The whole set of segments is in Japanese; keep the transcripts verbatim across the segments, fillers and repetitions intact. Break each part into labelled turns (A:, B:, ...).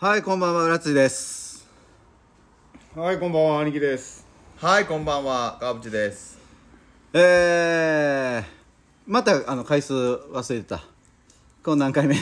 A: はい、こんばんは、浦津です。
B: はい、こんばんは、兄貴です。
C: はい、こんばんは、川淵です。
A: えー、またあの回数忘れてた。これ何回目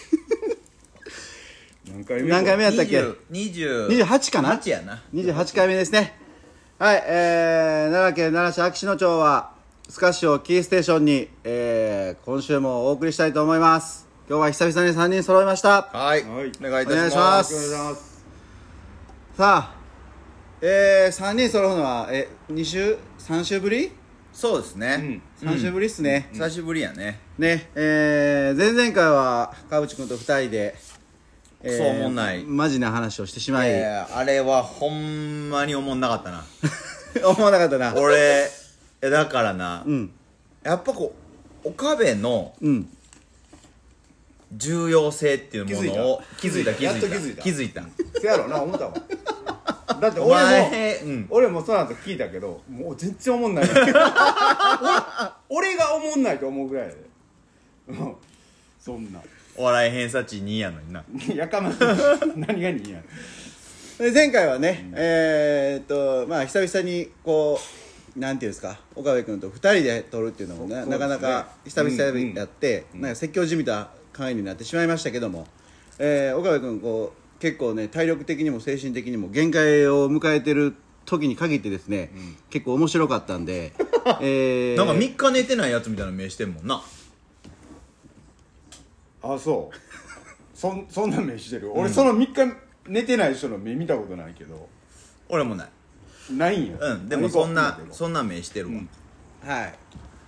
B: 何回目
A: 何回目やったっけ。
C: にじゅう、
A: にじゅうはちかな。
C: はちやな。
A: にじゅうはちかいめですね。はい、えー、奈良県奈良市秋篠町はスカッシュをキーステーションに、えー、今週もお送りしたいと思います。今日は久々にさんにん揃いました。
C: はい、
B: はい
C: お願いいたします。
A: お願いします。
B: お願いします。
A: さあ、えー、さんにん揃うのはえに週さん週ぶり
C: そうですね。
A: さん週ぶりっすね。
C: 久しぶりやね。
A: ね、えー、前々回は川淵君とふたりで、えー、
C: そうもんない
A: マジな話をしてしまい、
C: えー、あれはほんまに思んなかったな。
A: 思わなかったな。
C: 俺、えだからな、
A: うん、
C: やっぱこう、岡部の
A: うん、
C: 重要性っていうものを気づいた、気づいた。
B: やっと気づいた
C: 気づいた。
B: せやろな、思ったわ。だって
C: お
B: 俺も、
C: 前、うん。
B: 俺もその後聞いたけど、もう全然思んない。俺俺が思んないと思うぐらいやで。うんそんな。
C: お笑い偏差値にやのにな。
B: やかましい。何がにいや。
A: で前回はね、うん、えー、っとまあ久々にこうなんていうんですか、岡部君とふたりで撮るっていうのも、ね、なかなか久々にやって、うんうん、なんか説教じみた回になってしまいましたけども、えー、岡部君こう結構ね体力的にも精神的にも限界を迎えてる時に限ってですね、うん、結構面白かったんで、
C: えー、なんかみっか寝てないやつみたいな目してんもんな。
B: あ、そうそ, そんな目してる、うん、俺そのみっか寝てない人の目見たことないけど。
C: 俺もない
B: ないんや。
C: うん、でもそんなそんな目してるわ、うん、
A: はい。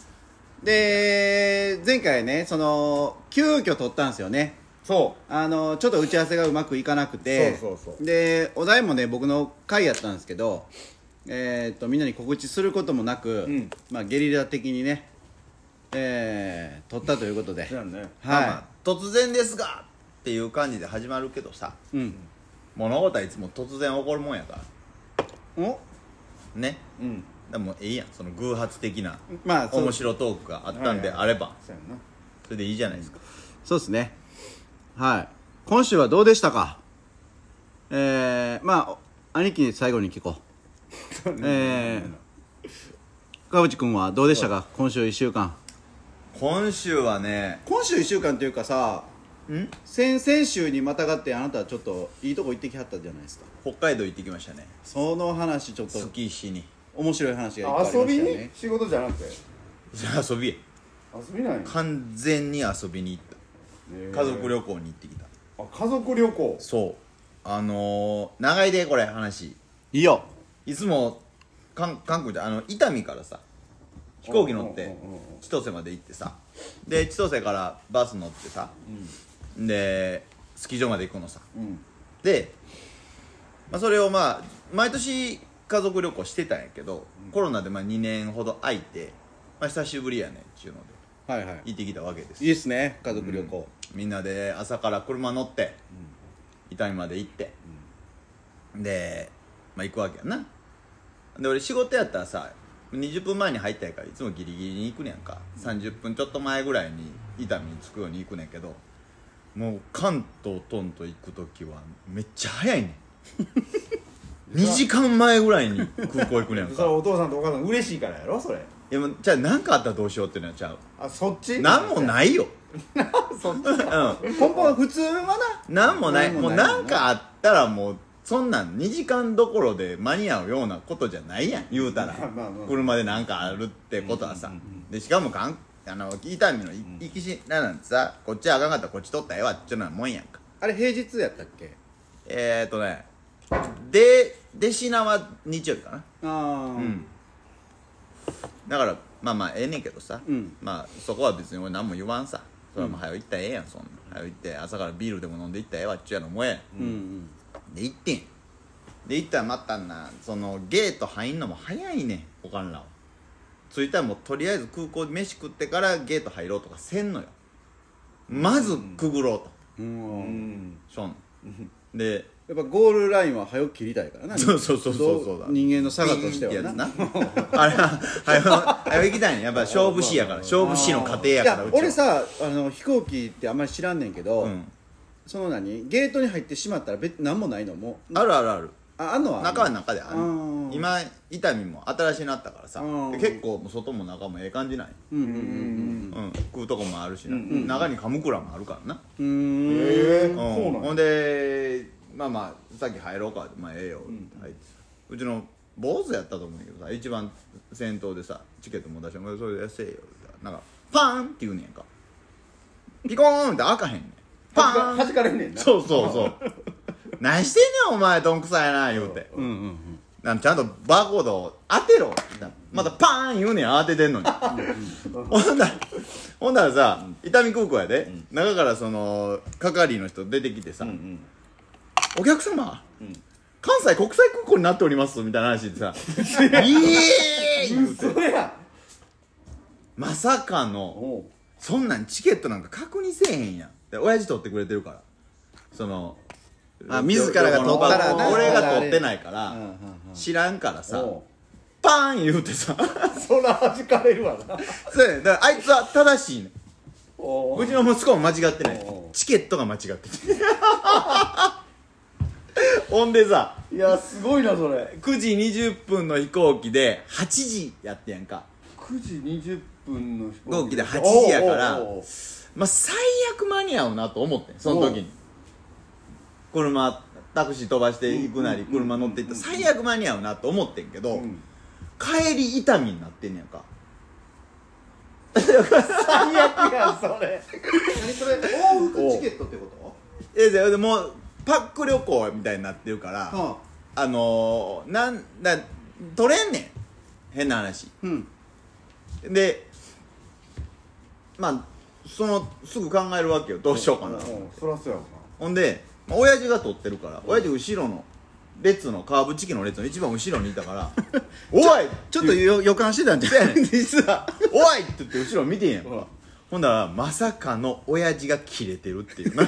A: で前回ねその急遽撮ったんですよね。
B: そう
A: あのちょっと打ち合わせがうまくいかなくて、
B: そうそうそう
A: でお題もね僕の回やったんですけど、えー、っとみんなに告知することもなく、うん、まあ、ゲリラ的にね、えー、撮ったということで、
B: そうやね、
A: はい、
C: まあまあ、突然ですがっていう感じで始まるけどさ、うん、物事はいつも突然起こるもんやからおね、うん、でもいいやん、その偶発的な、まあ、面白トークがあったんであれば、はいはい、それでいいじゃないですか。
A: そうですね。はい。今週はどうでしたか。えー、まあ兄貴に最後に聞こう。えー、川淵君はどうでしたか、今週いっしゅうかん。
C: 今週はね、
A: 今週いっしゅうかんっていうかさ、ん先々週にまたがってあなたはちょっといいとこ行ってきはったじゃないですか。
C: 北海道行ってきましたね。
A: その話ちょっと
C: スキーしに
A: 面白い話がいっぱいありましたよね。
B: 遊びに仕事じゃなくて
C: 遊びへ
B: 遊びなんや。
C: 完全に遊びに行った。家族旅行に行ってきた。
B: あ、家族旅行。
C: そう、あのー、長いでこれ話い
A: いよ。い
C: つも韓国であの伊丹からさ飛行機乗って千歳まで行ってさ、で千歳からバス乗ってさ、うん、でスキー場まで行くのさ、うん、で、まあ、それをまあ毎年家族旅行してたんやけど、うん、コロナでまあにねんほど空いて、まあ、久しぶりやねんっていうので、はいはい、行ってきたわけです。
A: いいっすね、家族旅行、
C: うん、みんなで朝から車乗って、うん、伊丹まで行って、うん、で、まあ、行くわけやな。で俺仕事やったらさにじゅっぷんまえに入ったやからいつもギリギリに行くねんか、うん、さんじゅっぷんちょっと前ぐらいに伊丹に着くように行くねんけど、もう関東トンと行く時はめっちゃ早いねんにじかんまえぐらいに空港行くねんか。
B: それお父さんとお母さん嬉しいからやろそれ。
C: いやじゃあ何かあったらどうしようっていうのはちゃう。
B: あ、そっち
C: なんもないよ
B: そっち、うん、
A: 根本普通は
C: ななんもない。もう何かあったらもうそんなんにじかんどころで間に合うようなことじゃないやん言うたら車でなんかあるってことはさ、でしかもかんあの伊丹の行きしななんてさ、こっちあかんかったらこっち取ったらええわっていうのはもんやんか。
A: あれ平日やったっけ。
C: えーっとねで弟子名は日曜日かな。ああ、うん、だからまあまあええねんけどさ、うん、まあそこは別に俺何も言わんさ。それはもう早う行ったらええやん、そんな早う行って朝からビールでも飲んで行ったらええわっちゅうやのもええやん、うんうん、で行ってんで行ったらまたな、そのゲート入んのも早いねん。おかんらは着いたらもうとりあえず空港で飯食ってからゲート入ろうとかせんのよ。まずくぐろうと、うんうん、しょんで
A: やっぱゴールラインは早く切りたいからな。
C: そうそうそうそうそうだ、
A: 人間の差がとしてはな
C: あれは早く行きたいね。やっぱ勝負師やから、勝負師の過程やから。
A: いや俺さあの飛行機ってあんまり知らんねんけど、うん、 その何ゲートに入ってしまったら別何もないのも
C: あるあるある
A: ああんのは
C: 中は中である
A: うん
C: 今伊丹も新しいなったからさ結構もう外も中もええ感じない
A: うんうんうん
C: うん食うとこもあるしな、
B: うんうん
C: 中にカムクラもあるからな
A: うんうーん
B: へえ
C: うん
B: そうなん
C: ほんでまあまあさっき入ろうかってまあええよって入ってさうちの坊主やったと思うんだけどさ一番先頭でさチケットも出して「それでせえよ」ってなんかパーンって言うねんかピコーンって開かへんねんパーン
B: はじかれんねんな
C: そうそうそう何してんねんお前どんくさいな言うて
A: うんうん
C: なんちゃんとバーコードを当てろまたパーン言うねん当ててんのにほんだらほんだらさ伊丹空港やで中からその係の人出てきてさ「お客様関西国際空港になっております」みたいな話でさ「イエーイ!」言うて
B: それや
C: まさかの
B: おう
C: そんなんチケットなんか確認せえへんやんで親父取ってくれてるからその
A: あ自らが取ったらな
C: 俺が取ってないから
A: うんうんうん
C: 知らんからさ
B: おう
C: パーン言うてさ
B: そらはじかれるわな
C: そうやねだからあいつは正しいねん
B: おう
C: うちの息子も間違ってない
B: おう
C: チケットが間違っててほんでさ
B: いやすごいなそれ
C: くじにじゅっぷんの飛行機ではちじやってやんか
B: くじにじゅっぷんの飛
C: 飛行機ではちじやから
B: おうおうおう
C: まあ最悪間に合うなと思ってんその時に車タクシー飛ばしていくなり車乗っていった最悪間に合うなと思ってんけど、
B: うん
C: 帰り痛みになってんねやんか
B: 最悪やんそれ
A: 何それ往復チケットってこ
C: えでもうパック旅行みたいになってるから、
A: とは
C: あのー、なんだ取れんねん変な話
A: うん
C: でまあそのすぐ考えるわけよどうしようかな
B: おうそらそうやわ
C: ほんで、まあ、親父が取ってるから親父後ろの列のカーブチキの列の一番後ろにいたから「おい!」
A: ちょっとよ予感してたんじゃない実は
C: 「おい!」って言って後ろ見てんやんか、
B: うん
C: ほんだらまさかの親父がキレてるっていうな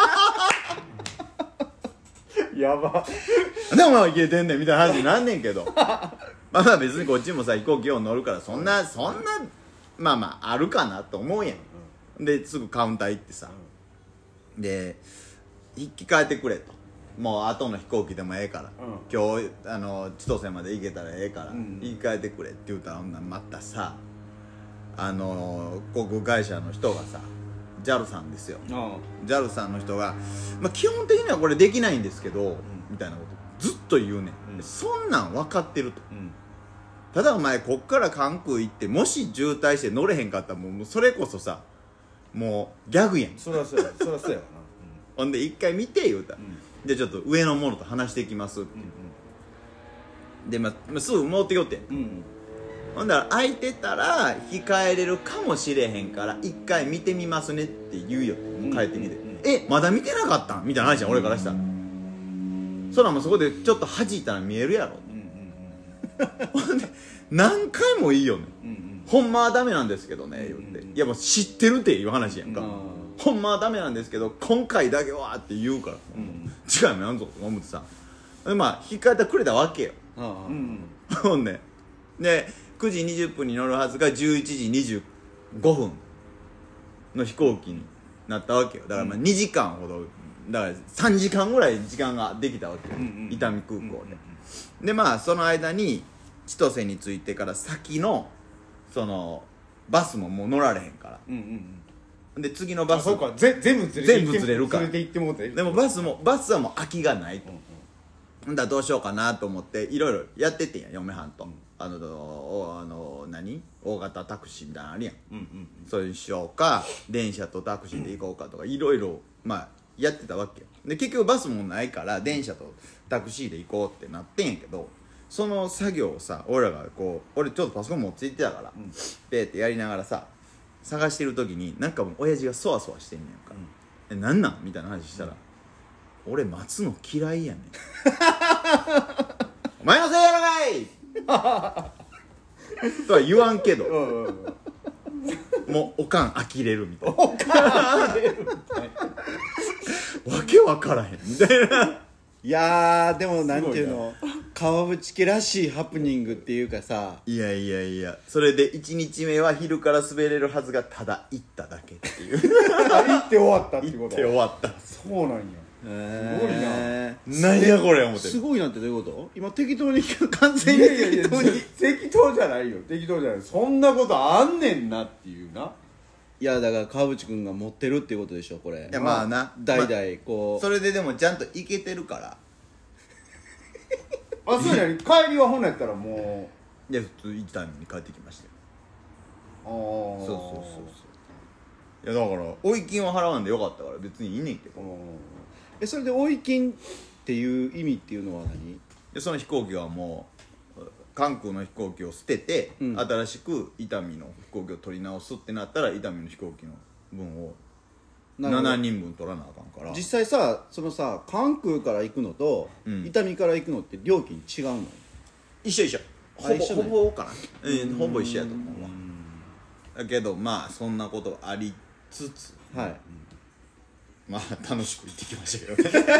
B: やば
C: なんでお前はキレてんねんみたいな話になんねんけどまあまあ別にこっちもさ飛行機を乗るからそんなそんなまあまああるかなと思うやんですぐカウンター行ってさで引き換えてくれともう後の飛行機でもええから、今日あの千歳まで行けたらええから、
B: うん
C: 引き換えてくれって言うたらほんならまたさあの航空会社の人がさ ジャル さんですよ
B: あ
C: ジャル さんの人が、まあ、基本的にはこれできないんですけど、みたいなことずっと言うねん、
B: うん
C: そんなん分かってると
B: うん
C: ただお前こっから関空行ってもし渋滞して乗れへんかったらもうもうそれこそさもうギャグやん
B: そらそうやそらそうやわな
C: ほんで一回見て言うたら、
B: うん
C: じゃあちょっと上の者と話していきますって、
B: うん
C: で、まあ、すぐ戻ってきよってん
B: うんうん
C: ほんだら空いてたら控えれるかもしれへんから一回見てみますねって言うよもう帰ってきて、
B: うんうん
C: えまだ見てなかったんみたいな話やん俺からしたら、そらもうそこでちょっと弾いたら見えるやろ
B: うん
C: ほんで何回もいいよね
B: うんうん
C: ほんまはダメなんですけどね言って、
B: うんうん
C: いやもう知ってるっていう話やんか、
B: うん
C: ほんまはダメなんですけど今回だけはって言うから、
B: うん
C: 違うのやんぞと思ってさでまあ引っかえたらくれたわけよ
A: ああ
B: うん
C: ほんででくじにじゅっぷんに乗るはずがじゅういちじにじゅうごふんの飛行機になったわけよだからまあにじかんほどだからさんじかんぐらい時間ができたわけよ、
B: うんうん
C: 伊丹空港で、でまあその間に千歳に着いてから先のそのバスももう乗られへんから
B: うんうん
C: で次のバス
B: あそうかぜ全部ずれて
C: 全部ずれるから
B: 連れて行ってもうて
C: でもバスもバスはもう空きがないと、ほんだらどうしようかなと思っていろいろやってってんや嫁はんと、あのおあの何大型タクシーみたいなのあるやん、
B: うんうん
C: それにしようか電車とタクシーで行こうかとかいろいろまあやってたわけよで結局バスもないから電車とタクシーで行こうってなってんやけどその作業をさ俺らがこう俺ちょっとパソコン持って行ってたから、
B: ん
C: ペーってやりながらさ探してる時になんかもう親父がそわそわしてんねんか、えなんなんみたいな話したら、俺待つの嫌いやねんお前のせいやろがいとは言わんけど
B: うんうんうん
C: もうおかん呆れるみたいなおかん呆れるみたいなわけわからへんみたいない
A: やーでもなんていうの川淵家らしいハプニングっていうかさ、
C: いやいやいや、それでいちにちめは昼から滑れるはずがただ行っただけっていう
B: 行って終わったってこと。
C: 行って終わった。
B: そうなんや。
A: す
B: ごいな。
C: なんやこれ思って
A: すごいなんてどういうこと？今適当に完
B: い
A: 全に
B: やいやいや
A: 適当に
B: 適当じゃないよ。適当じゃない。そんなことあんねんなっていうな。
A: いやだから川淵君が持ってるっていうことでしょこれ。
C: いやまあな、
A: 代々こう、
C: それででもちゃんと行けてるから。
B: あ、そうやね。帰りはほんなやったらも
C: いや普通いちタイムに帰ってきましたよ。
B: う。ああ。
C: そうそうそうそう。いやだから追い金は払わんでよかったから別にいいねんけど。
A: えそれで追い金っていう意味っていうのは何？
C: でその飛行機はもう関空の飛行機を捨てて、うん、新しく伊丹の飛行機を取り直すってなったら伊丹の飛行機の分をななにんぶん取らなあかんから。
A: 実際さそのさ関空から行くのと、うん、伊丹から行くのって料金違うの？
C: 一緒一緒。ほぼほぼかな、えー、ほぼ一緒やと思うわ。だけどまあそんなことありつつ、はい、うん、まあ楽しく行ってきましたけどね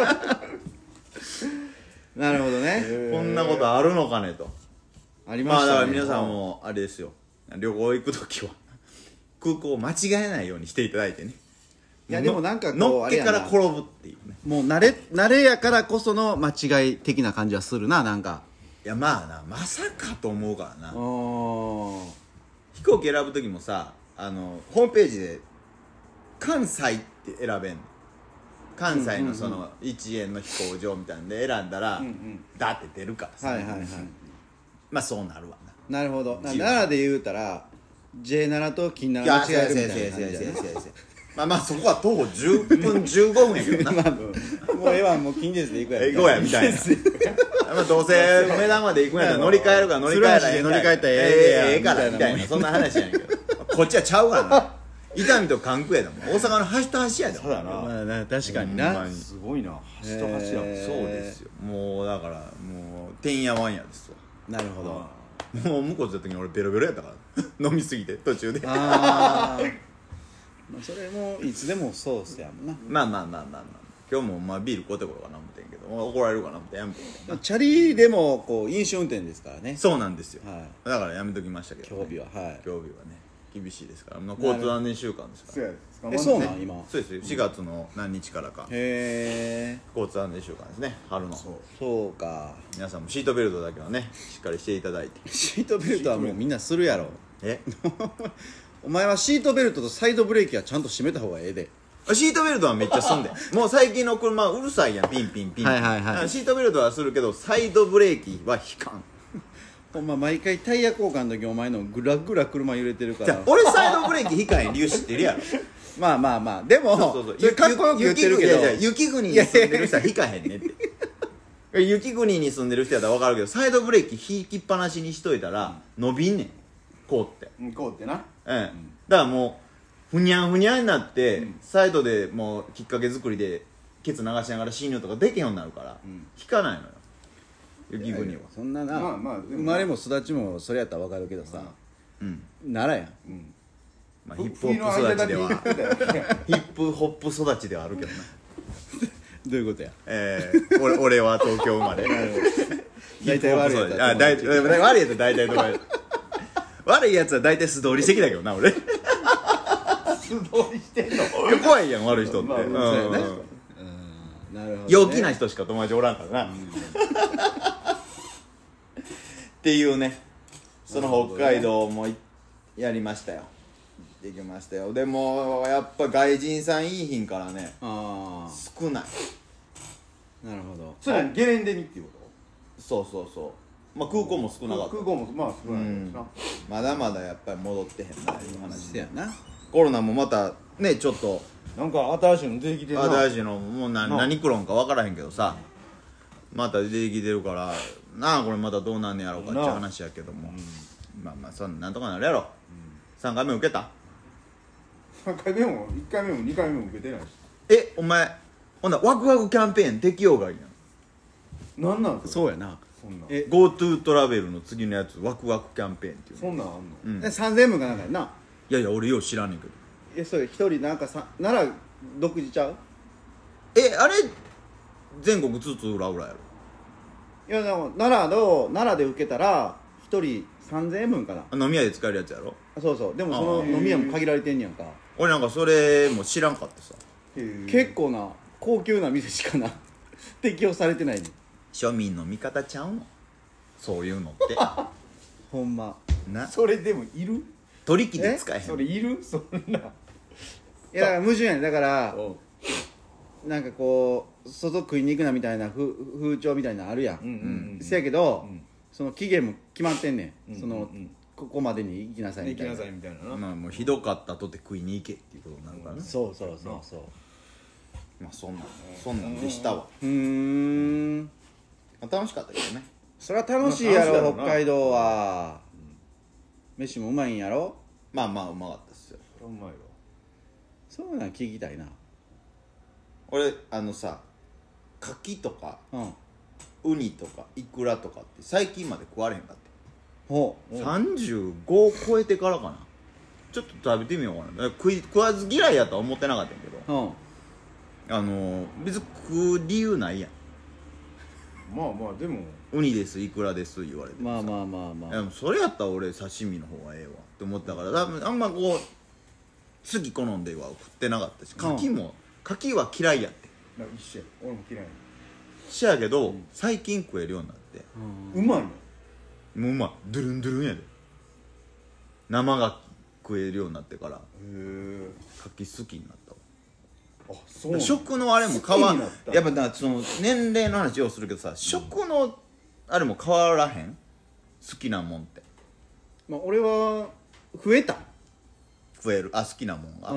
A: なるほどね。
C: こんなことあるのかねと。
A: ありましたね。
C: まあだから皆さんもあれですよ、旅行行くときは空港を間違えないようにしていただいてね。
A: いやでもなんかこう
C: のっけから転ぶっていうね。
A: もう慣れ慣れやからこその間違い的な感じはするな。なんか
C: いやまあな、まさかと思うからな。飛行機選ぶ時もさ、あのホームページで関西って選べんの。関西のそのいちえんの飛行場みたいなんで選んだら、うんうん、だって出るからさ、はいはいはい、まあそうなるわな。
A: なるほど。奈良で言うたら ジェイなな と金なな間違えるみたいな感じじゃない。
C: まあまあそこは徒歩じゅっぷんじゅうごふんやけどな、まあ、
A: もうええわ、もう近鉄で行くや
C: 行こうやみたいなまあどうせ梅田まで行くんやったら乗り換えるから乗り換えらええ
A: 乗り換えたらえ
C: ええからみたいな、そんな話やねんけどこっちはちゃうからな。伊丹と関空やだもん。大阪の端と端やで。
B: そうだな、
A: まあな、確かにな。
B: すごいな、端と端や。そう
C: ですよ。もうだからもうてんやわんやですわ。
A: なるほど。
C: もう向こう行った時に俺ベロベロやったから飲みすぎて途中で。
A: ああまあそれもいつでもそうっすやもんな。
C: まあまあまあまあまあ今日もまあビール買うてこようかな思ってんけど怒られるかな思ってやめてん。
A: チャリでもこう飲酒運転ですからね。
C: そうなんですよ、
A: はい、
C: だからやめときましたけど、ね、
A: 今日日ははい
C: 今日日はね厳しいですから、まあ、交通安全週間ですから。
A: え、そうなん今。
C: そうですよ、しがつの何日からか。
A: へえ。
C: 交通安全週間ですね、春の。
A: そうそうか。
C: 皆さんもシートベルトだけはねしっかりしていただいて。
A: シートベルトはもうみんなするやろ。
C: え
A: お前はシートベルトとサイドブレーキはちゃんと締めた方がええで。
C: シートベルトはめっちゃすんでもう最近の車うるさいやん、ピンピンピンピン。はいはいはい。シートベルトはするけどサイドブレーキは引かん。
A: ほんま毎回タイヤ交換の時お前のグラグラ車揺れてるから。
C: 俺サイドブレーキ引かへん理由知ってるやろ
A: まあまあまあでも
C: そうそうそう、
A: それかっこよく言ってるけど、
C: 雪国に住んでる人は引かへんねって雪国に住んでる人やったら分かるけど、サイドブレーキ引きっぱなしにしといたら伸びんねん、こうって。
B: こうってな。
C: うん、だからもうふにゃんふにゃんになって、うん、サイドでもうきっかけ作りでケツ流しながら進入とかできへんようになるから、うん、引かないのよ雪国は。
A: そんなな、まあまあ、生まれも育ちもそれやったら分かるけどさ、うん、奈良やん、うん
C: まあ、ヒップホップ育ちではヒップホップ育ちではあるけどな
A: どういうことや。
C: えー、俺, 俺は東京生まれ
A: 大体悪いやつは
C: 悪いやつは大体どこや悪いやつは大体素通りしてきたけどな俺素
B: 通りしてんの
C: 怖いやん悪い人って、まあ、うん
A: そうやね、うん、なるほど、ね、
C: 陽気な人しか友達おらんからな、うん、っていうね、その北海道もやりましたよ、できましたよ。でもやっぱ外人さんいいひんからね、あ少ない。
A: なるほど。
B: それゲレンデにっていうこと？
C: そうそうそう、まあ空港も少なかった。
B: 空港もまあ少ないですな、うん、
C: まだまだやっぱり戻ってへんないう話
A: やな。
C: コロナもまたねちょっと
B: なんか新しいの出てきてるな。
C: 新しいのもうな何来るんか分からへんけどさ、また出てきてるからなあ、これまたどうなんねやろうかっていう話やけども、うん、まあまあそんなんとかなるやろ、うん、さんかいめ受けた？
B: さんかいめもいっかいめもにかいめも受けてないし。
C: え、お前ほんならワクワクキャンペーン適用外や
B: ん。なんなん
A: そうやな。
B: そんなん
C: え GoTo トラベルの次のやつワクワクキャンペーンっていう。
B: そんなんあんの、
A: うん、さんぜんぶんかなんかやな。
C: いやいや俺よう知らんねんけど。
A: え、それ一人なんかさ奈良独自ちゃう？
C: え、あれ全国津々浦々やろ。
A: いやでも奈良の奈良で受けたらひとりさんぜんえんぶんかな。
C: 飲み屋で使えるやつやろ。
A: そうそう。でもその飲み屋も限られてんねやんか。
C: 俺なんかそれも知らんかってさ。
A: 結構な高級な店しかな適用されてないね。
C: 庶民の味方ちゃうのそういうのって
A: ほんま
B: な。それでもいる？
C: 取引で使えへん。
B: それいる？そんな。い
A: やだから矛盾やね。だからなんかこう外食いに行くなみたいな風風潮みたいなのあるやん。うんうんうん、せやけど、うん、その期限も決まってんねん。うんうんうん、そのここまでに行きなさいみたいな。
B: 行きなさいみたいなな。
C: まあもうひどかったとて食いに行けっていうことになるからね。
A: そうそうそうそう。
C: まあそんなんそんなんでしたわ。
A: うーん。
C: まあ、楽しかったけどね。
A: そりゃ楽しいやろ、北海道は。飯もうまいんやろ。
C: まあまあうまかったっすよ。
B: それうまいわ。
A: そうなん聞きたいな。
C: 俺あのさ牡蠣とか、
A: うん、
C: ウニとかイクラとかって最近まで食われへんかって。
A: ほう
C: さんじゅうごを超えてからかな。ちょっと食べてみようかな。食い食わず嫌いやとは思ってなかったんやけど、うん、あの別に食う理由ないやん。
B: まあまあでも
C: ウニですイクラです言われて
A: まあまあまあまあ、
C: でもそれやったら俺刺身の方がええわって思ったから多分あんまこう次好んでは食ってなかったし、牡蠣も牡蠣は嫌いやって。
B: 一緒や。俺も嫌い。
C: しやけど、うん、最近食えるようになって、
B: うん、うまいの。
C: もううまい。ドゥルンドゥルンやで。生牡蠣食えるようになってから、へえ牡蠣好きになったわ。
B: あ、そう。
C: 食のあれも変わんやっぱだその年齢の話をするけどさ、うん、食のあれも変わらへん。好きなもんって。
A: まあ俺は増えた。
C: 増える。あ、好きなもんが。うん、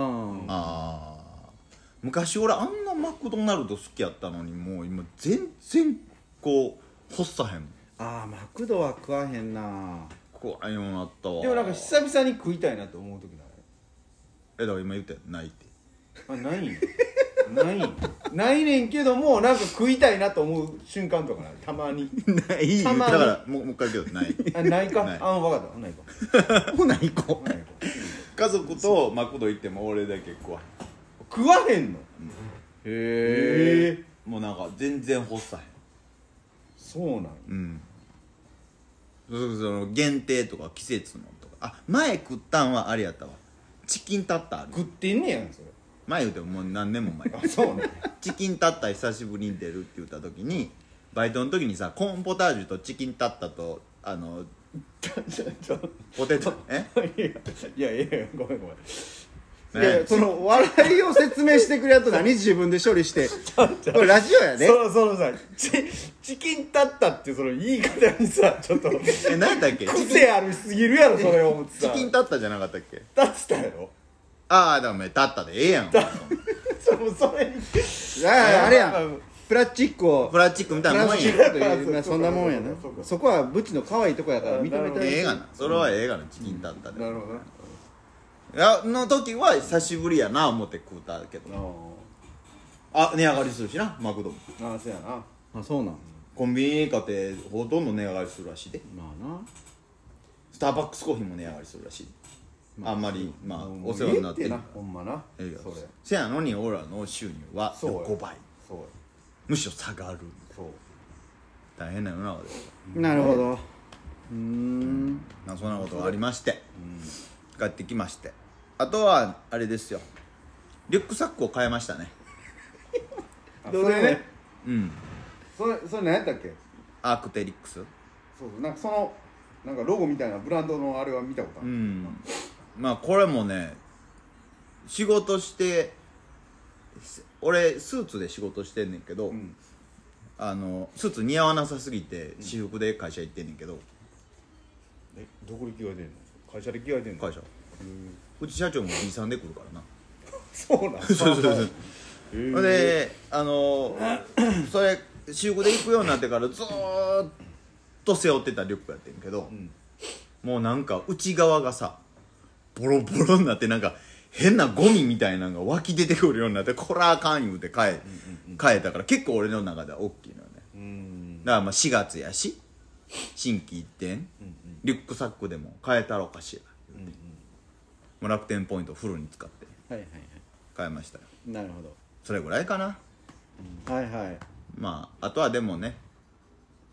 C: ああ。昔俺あんなマクドナルド好きやったのにもう今全然こう欲さへん。
A: ああマクドは食わへんな。
C: 食わんようになったわ。
B: でもなんか久々に食いたいなって思う時ない？
C: えだから今言ったよないって。
B: あないんないないねんけどもなんか食いたいなと思う瞬間とかないたまに
C: ないたまにだからもう一回言うけどない
B: あないかないあ分かったないか
A: もうない子
C: 家族とマクド行っても俺だけ食わへん。
B: 食わへんの、うん、へ
C: えもうなんか全然欲さへん。
B: そうなん
C: うんその限定とか季節のとかあ前食ったんはあれやったわチキンタッターある
B: 食ってんねやんそれ
C: 前言うてももう何年も前
B: あそうね
C: チキンタッター久しぶりに出るって言った時にバイトの時にさコーンポタージュとチキンタッターとあのポテトえ
B: いやいやいやごめんごめん
A: いやその笑いを説明してくれやと何自分で処理してこれラジオやね。
B: そそのさ チ, チキンタッタってその言い方にさちょっと
C: え何だっけ
B: 癖あるすぎるやろそれを思ってさ
C: チキンタッタじゃなかったっけ
B: タッタやろ
C: ああだからタッタでええやん
B: そそれに
A: ああれやんプラスチックを
C: プラスチックみたいなもんや
A: プラスチックという、まあ、そんなもんやな。そこはブチの可愛いとこやから認めて
C: ええがなそれはええがなチキンタッタで、
B: なるほど
C: の時は久しぶりやな思って食うたけどあ値上がりするしなマクドも
B: ああそうやな
A: あそうなん
C: コンビニ買ってほとんど値上がりするらしいで
A: まあな
C: スターバックスコーヒーも値上がりするらしい、まあ、あんまりまあお世話になってる
B: ほんまな
C: ええそれせやのに俺らの収入はごばい
B: そう
C: むしろ下がる
B: そう
C: 大変な世の中です
A: なるほどうーん
C: まあそんなことがありまして帰ってきましてあとはあれですよリュックサックを買いましたね
B: どれね
C: うん
B: それそれ何やったっけ
C: アークテリックス
B: そうそうなんかそのなんかロゴみたいなブランドのあれは見たことある
C: うんまあこれもね仕事して俺スーツで仕事してんねんけど、うん、あのスーツ似合わなさすぎて私服で会社行ってんねんけど、うん、
B: えどこで着替えてんの会社で着替えてんの
C: 会社うち社長も ビー さんで来るからな
B: そうなん
C: そうそうそうそうであのそれ私服で行くようになってからずーっと背負ってたリュックやってんけど、うん、もうなんか内側がさボロボロになってなんか変なゴミみたいなのが湧き出てくるようになってこらあかん言うて変え、うんうん、変えたから結構俺の中では大きいのよね、うん、だからまあしがつやし心機一転、うんうん、リュックサックでも変えたろうかしら言うて、うんうん、楽天ポイントフルに使って
A: はいはいはい
C: 買いましたよ。
A: なるほど
C: それぐらいかな、
A: うん、はいはい
C: まああとはでもね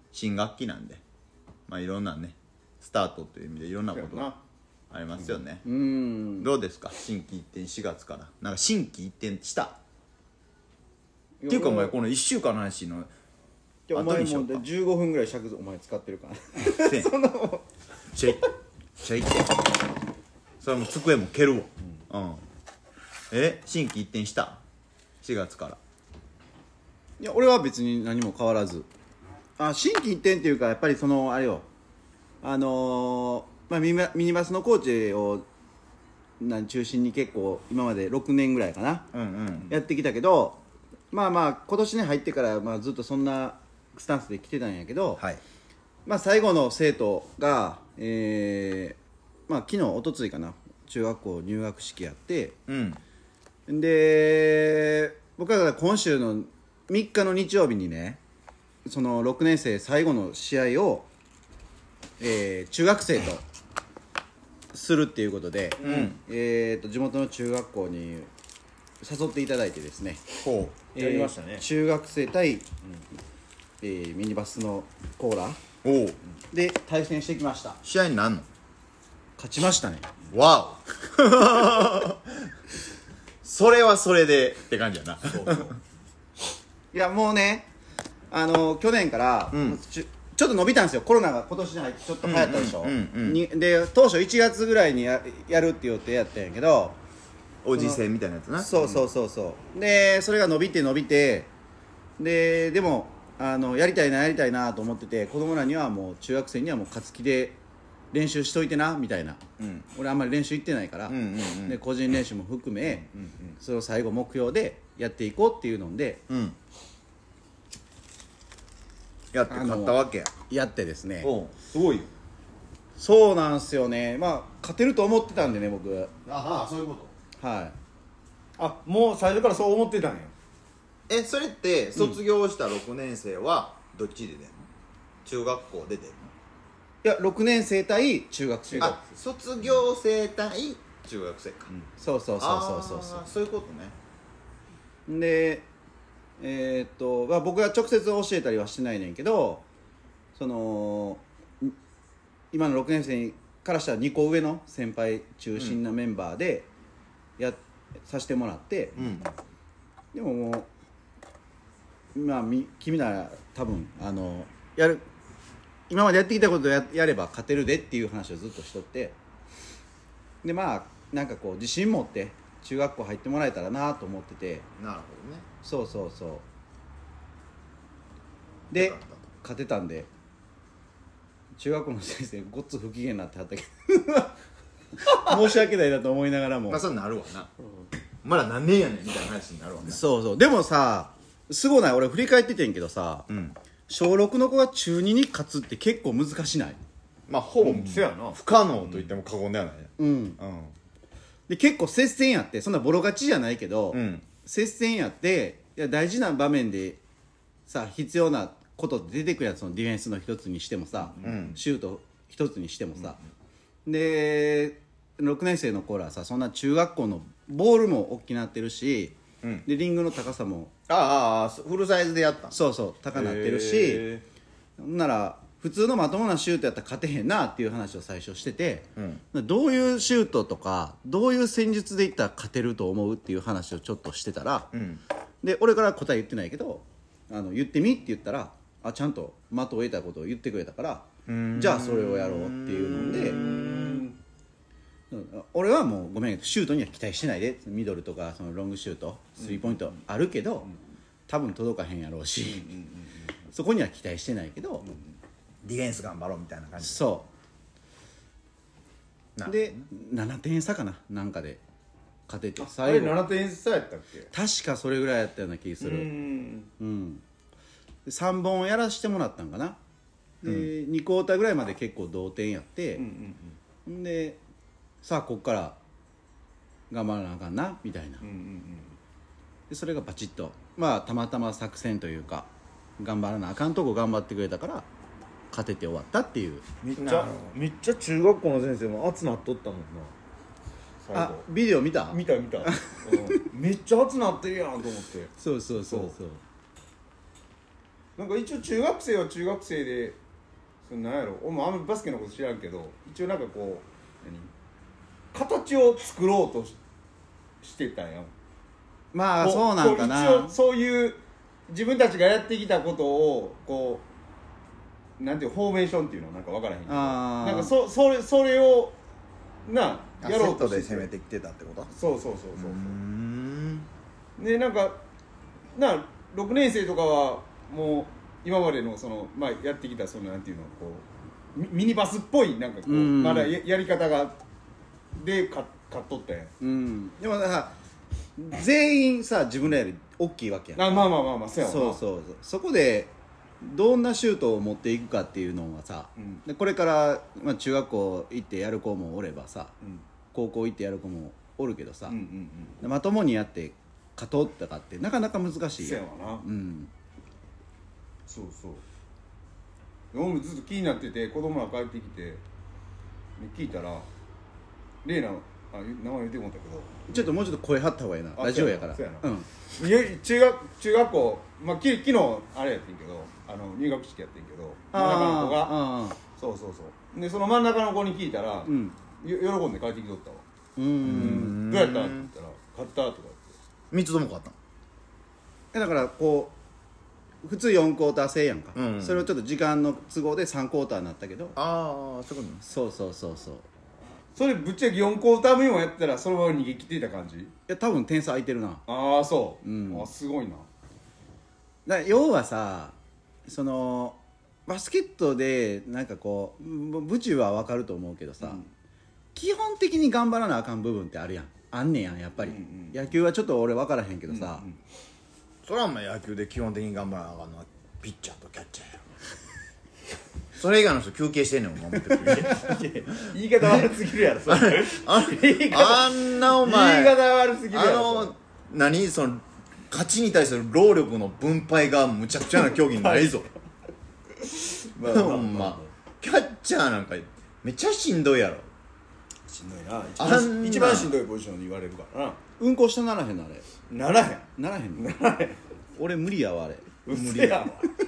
C: 新学期なんでまあいろんなねスタートという意味でいろんなことがありますよね。
A: うん、
C: どうですか心機一転しがつからなんか心機一転したっていうかお前このいっしゅうかんの話の
A: お前もう
C: 後にしようか
A: じゅうごふんぐらい尺お前使ってるから
C: せんそのちょいちょいってそれも机も蹴るわ、うん、うん、え心機一転したしがつから。
A: いや俺は別に何も変わらずあ心機一転っていうかやっぱりそのあれよあのーまあ、ミニミニバスのコーチをなん中心に結構今までろくねんぐらいかな、
C: うんうん、
A: やってきたけどまあまあ今年に入ってから、まあ、ずっとそんなスタンスで来てたんやけど、
C: はい、
A: まあ、最後の生徒が、えーまあ、昨日おとついかな中学校入学式やって、
C: うん、
A: で僕は今週のみっかの日曜日にねそのろくねん生最後の試合を、えー、中学生とするっていうことで、
C: うん、
A: えー、と地元の中学校に誘っていただいてですね
C: ほ
B: うやりましたね、
A: えー、中学生対、うんえー、ミニバスのコーラ
C: おう
A: で対戦してきました。
C: 試合になんの
A: 勝ちましたね。
C: わおそれはそれでって感じやな。そうそう
A: いやもうねあの去年から、うん、ち, ちょっと伸びたんですよ。コロナが今年に入ってちょっと流行ったでしょ、うんうんうんうん、にで当初いちがつぐらいに や, やるっていう予定やったんやけど
C: おじせんみたいなやつな。
A: そうそうそうそう、うん、でそれが伸びて伸びてででもあのやりたいなやりたいなと思ってて子供らにはもう中学生にはもう勝つ気で練習しといてなみたいな、うん、俺あんまり練習行ってないから、うんうんうん、で個人練習も含め、うんうんうん、それを最後目標でやっていこうっていうので、うん、
C: やって勝ったわけや。
A: やってですね。
C: おすごいよ。
A: そうなんすよね。まあ勝てると思ってたんでね僕。
C: ああそういうこと。
A: はい。
B: あもう最初からそう思ってたんや。
C: えそれって卒業したろくねん生はどっちで出んの、中学校で出んの。
A: いやろくねん生対中学生。
C: あ卒業生対中学生か、うん、
A: そうそうそうそうそう
C: そうそういうこと
A: ね。でえー、っと、まあ、僕が直接教えたりはしてないねんけどその今のろくねん生からしたらにこ上の先輩中心なメンバーでや、うん、させてもらって、うん、でももうまあ君なら多分あのやる今までやってきたことを や, やれば勝てるでっていう話をずっとしとってでまあなんかこう自信持って中学校入ってもらえたらなと思ってて。
C: なるほどね。
A: そうそうそうで勝てたんで中学校の先生ごっつ不機嫌になってはったけど申し訳ないなと思いながらも
C: まあそうなるわな、うん、まだ何年やねんみたいな話になるわね。
A: そうそうでもさすごない俺振り返っててんけどさ、うん、小ろくの子が中にに勝つって結構難しない。
C: まあほぼ、うん、不可能と言っても過言ではない。うん、うん、
A: で結構接戦やってそんなボロ勝ちじゃないけど、うん、接戦やっていや大事な場面でさ必要なこと出てくるやつのディフェンスの一つにしてもさ、うん、シュート一つにしてもさ、うん、でろくねん生の頃はさそんな中学校のボールも大きくなってるし、うん、でリングの高さも
C: ああフルサイズでやった
A: そうそう高なってるしほんなら普通のまともなシュートやったら勝てへんなっていう話を最初してて、うん、どういうシュートとかどういう戦術でいったら勝てると思うっていう話をちょっとしてたら、うん、で俺から答え言ってないけどあの言ってみって言ったらあちゃんと的を得たことを言ってくれたからじゃあそれをやろうっていうので俺はもうごめんシュートには期待してないでミドルとかそのロングシュートスリーポイントあるけど多分届かへんやろうしそこには期待してないけど
C: ディフェンス頑張ろうみたいな感じ
A: そうでななてん差かななんかで勝てて
B: 最後あれななてん差やったっけ。
A: 確かそれぐらいやったような気がする。うんうんさんぼんやらしてもらったんかなで、うん、にクォーターぐらいまで結構同点やって、うんうんうん、でさあこっから頑張らなあかんなみたいな、うんうんうん、でそれがバチッとまあたまたま作戦というか頑張らなあかんとこ頑張ってくれたから勝てて終わったっていう。
B: めっちゃめっちゃ中学校の先生も熱なっとったもんな。
A: あビデオ見た
B: 見た見た、うん、めっちゃ熱なってるやんと思って
A: そうそうそうそう
B: なんか一応中学生は中学生でそのなんやろ俺もあんまりバスケのこと知らんけど一応なんかこう何形を作ろうと し, してたんや
A: まあそうなんかな
B: 一応そういう自分たちがやってきたことをこうなんていうフォーメーションっていうのなんか分からへんけどなんか そ, そ, れそれをなやろうとして
C: セットで攻めてきてたってこと？
B: そうそうそうそうそう
C: うーん
B: でなんかなろくねん生とかはもう今までのその、まあ、やってきたそのなんていうのこうミニバスっぽいなんかこう、
A: うん
B: まだ や, やり方がでか買っとったんや
A: うんでもさ全員さ自分らより大きいわけやん
B: あまあまあまあまあそうやわな
A: そうそうそうそこでどんなシュートを持っていくかっていうのはさ、
B: うん、
A: でこれから、まあ、中学校行ってやる子もおればさ、
B: うん、
A: 高校行ってやる子もおるけどさ、
B: うんうんうん、
A: まともにやって勝とうったかってなかなか難しい
B: そう
A: よ
B: やわな、
A: うん、
B: そうそう俺もずっと気になってて子供ら帰ってきて聞いたらレイナあ名前言ってもらったけど
A: ちょっともうちょっと声張った方がいいなラジオやから
B: そうやな、
A: うん、
B: いや中学中学校、まあ、き昨日あれやってんけどあの入学式やってんけど真ん中の子が
A: あ
B: そうそうそうでその真ん中の子に聞いたら、
A: うん、
B: よ喜んで帰ってきとったわ
A: うーん
B: どうやったって言ったら買ったとか
C: みっつとも買ったの？
A: だからこう普通よんクォーター制やんか、
C: うん
A: それをちょっと時間の都合でさんクォーターになったけど
C: ああそういうことね。
A: そうそうそうそう
B: それぶっちゃけよんクォーター目もやったらそのまま逃げ切っていた感じ
A: いや多分点差空いてるな
B: ああそう、
A: うん
B: あすごいな
A: だから要はさそのバスケットでなんかこうブチは分かると思うけどさ、うん、基本的に頑張らなあかん部分ってあるやんあんねやんやっぱり、うんうん、野球はちょっと俺分からへんけどさ、うんうん、
C: それはまあ野球で基本的に頑張らなあかんのはピッチャーとキャッチャーやそれ以外の人休憩してんねんもん守ってくれ
B: 言い方悪すぎるやろそれ
C: ああんなお前
B: 言い方悪すぎるやろ
C: あの何その勝ちに対する労力の分配がむちゃくちゃな競技ないぞまあまあまあ、ほんまキャッチャーなんかめっちゃしんどいやろ
B: しんどいな一番一番しんどいポジションで言われるからな
A: うんこしたならへんのあれ
B: ならへん
A: ならへんの
B: ならへん
A: 俺無理やわあれ
B: 無理やわ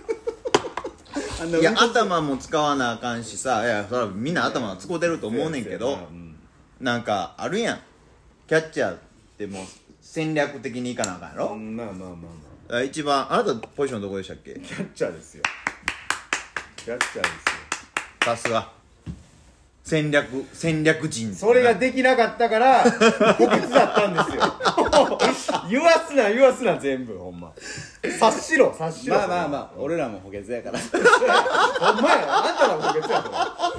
C: いや頭も使わなあかんしさいやそれはみんな頭は使うてると思うねんけど、うん、なんかあるやんキャッチャーってもう戦略的にいかなあかんやろ、
B: うん、まあまあまあ
C: まあ一番あなたポジションどこでしたっけ？
B: キャッチャーですよキャッチャーですよ
C: さすが戦略戦略人
B: それができなかったから補欠だったんですよ言わすな言わすな全部ほんま察しろ察しろ
A: まあまあまあ俺らも補欠やから
B: ほんまやあんたらも補欠やからもう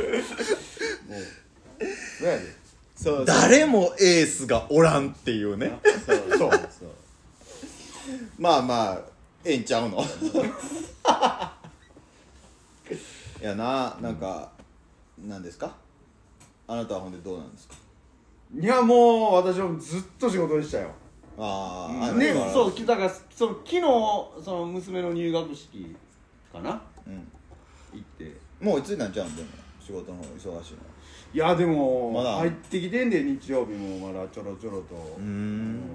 B: そうやで
C: そう誰もエースがおらんっていうね
B: そうそうそう
C: まあまあええんちゃうのいやななんか、うん、なんですかあなたはほんでどうなんですか？
B: いやもう私もずっと仕事でしたよ
C: ああ
B: ねそうだからその昨日その娘の入学式かな、うん、行って
C: もういつになっちゃうんでも仕事の方忙しいの
B: いやでも、
C: まだ
B: 入ってきてんで日曜日もまだちょろちょろとうーんも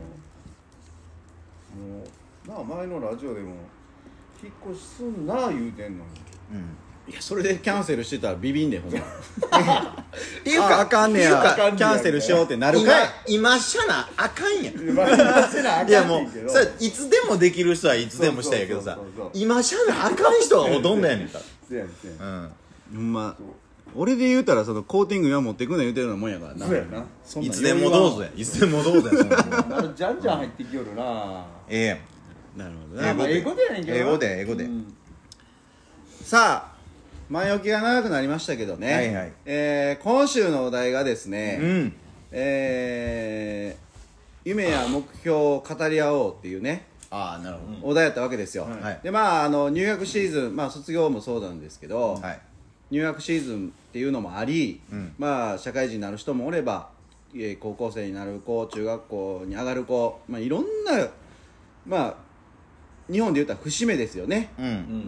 B: うなあ前のラジオでも引っ越しすんな言うてんのに、
A: うん、いやそれでキャンセルしてたらビビんでほんま
C: っていうか
A: あかんねやキャンセルしようってなるかい
C: 今今しゃなあかんやん
B: 今しゃなあかんねんけど
C: いやもうそれいつでもできる人はいつでもしたんやけどさ今しゃなあかん人がほとんどやねんから
B: そうやねんそうやねん
A: うんほんま俺で言うたらそのコーティング今持ってくんの言うてるようなもんやからな
B: そうやな
A: そんない
C: つでもどうぞやいつでもどうぞやそんな
B: もんじゃんじゃん入ってきよるな
C: ええやん
A: なるほどな、
B: まあ、英語でやねんけど
C: 英語で英語で、うん、
A: さあ前置きが長くなりましたけどね、
C: はいはい
A: えー、今週のお題がですね、
C: うん
A: えー、夢や目標を語り合おうっていうね
C: ああなるほど、
A: お題やったわけですよ、
C: はい、
A: でまああの入学シーズン、まあ、卒業もそうなんですけど、
C: はい、
A: 入学シーズンっていうのもあり、うん、まあ社会人になる人もおれば高校生になる子中学校に上がる子、まあ、いろんなまあ日本で言ったら節目ですよね、うん、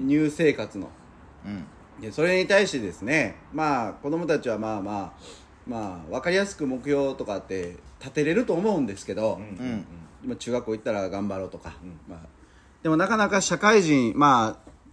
A: 入生活の、うんでそれに対してですねまあ子供たちはまあまあまあ分かりやすく目標とかって立てれると思うんですけど、うんうんうん、中学校行ったら頑張ろうとか、うんまあ、でもなかなか社会人まあ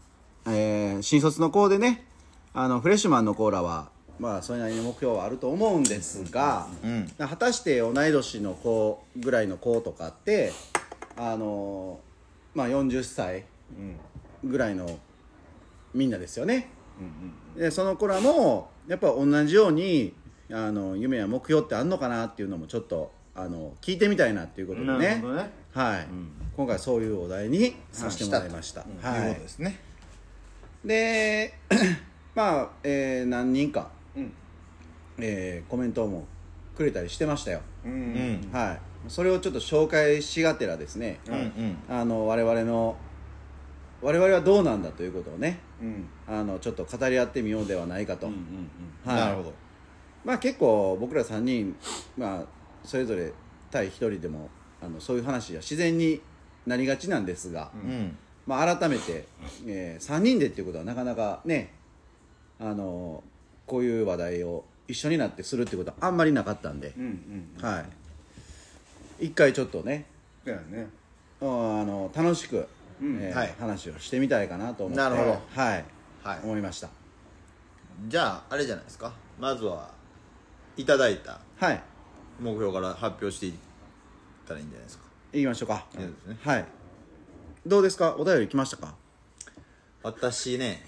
A: えー、新卒の子でねあのフレッシュマンの子らはまあそれなりに目標はあると思うんですが、うん、果たして同い年の子ぐらいの子とかってあのまあよんじゅっさいぐらいのみんなですよね、うんうん、でその子らもやっぱ同じようにあの夢や目標ってあんのかなっていうのもちょっとあの聞いてみたいなっていうことで ね, ね、はい、うん、今回そういうお題にさせてもらいました。
C: はい、ということですね。
A: でまあ、えー、何人か、うんえー、コメントもくれたりしてましたよ、うんうんはい、それをちょっと紹介しがてらですね、うんうん、あの我々の我々はどうなんだということをね、うん、あのちょっと語り合ってみようではないかと、うんうんうんはい、なるほど。まあ結構僕らさんにん、まあ、それぞれ対ひとりでもあのそういう話は自然になりがちなんですが、うんまあ、改めて、えー、さんにんでっていうことはなかなかねあのこういう話題を一緒になってするってことはあんまりなかったんで、うんうんうん、はい、一回ちょっとね、ねあの楽しく、うんえーはい、話をしてみたいかなと思ってなるほど、はいはい、思いました。
C: じゃああれじゃないですか、まずはいただいた目標から発表していったらいいんじゃないですか。
A: いきましょうか。いいですね、はい。どうですか、お便り来ましたか。
C: 私ね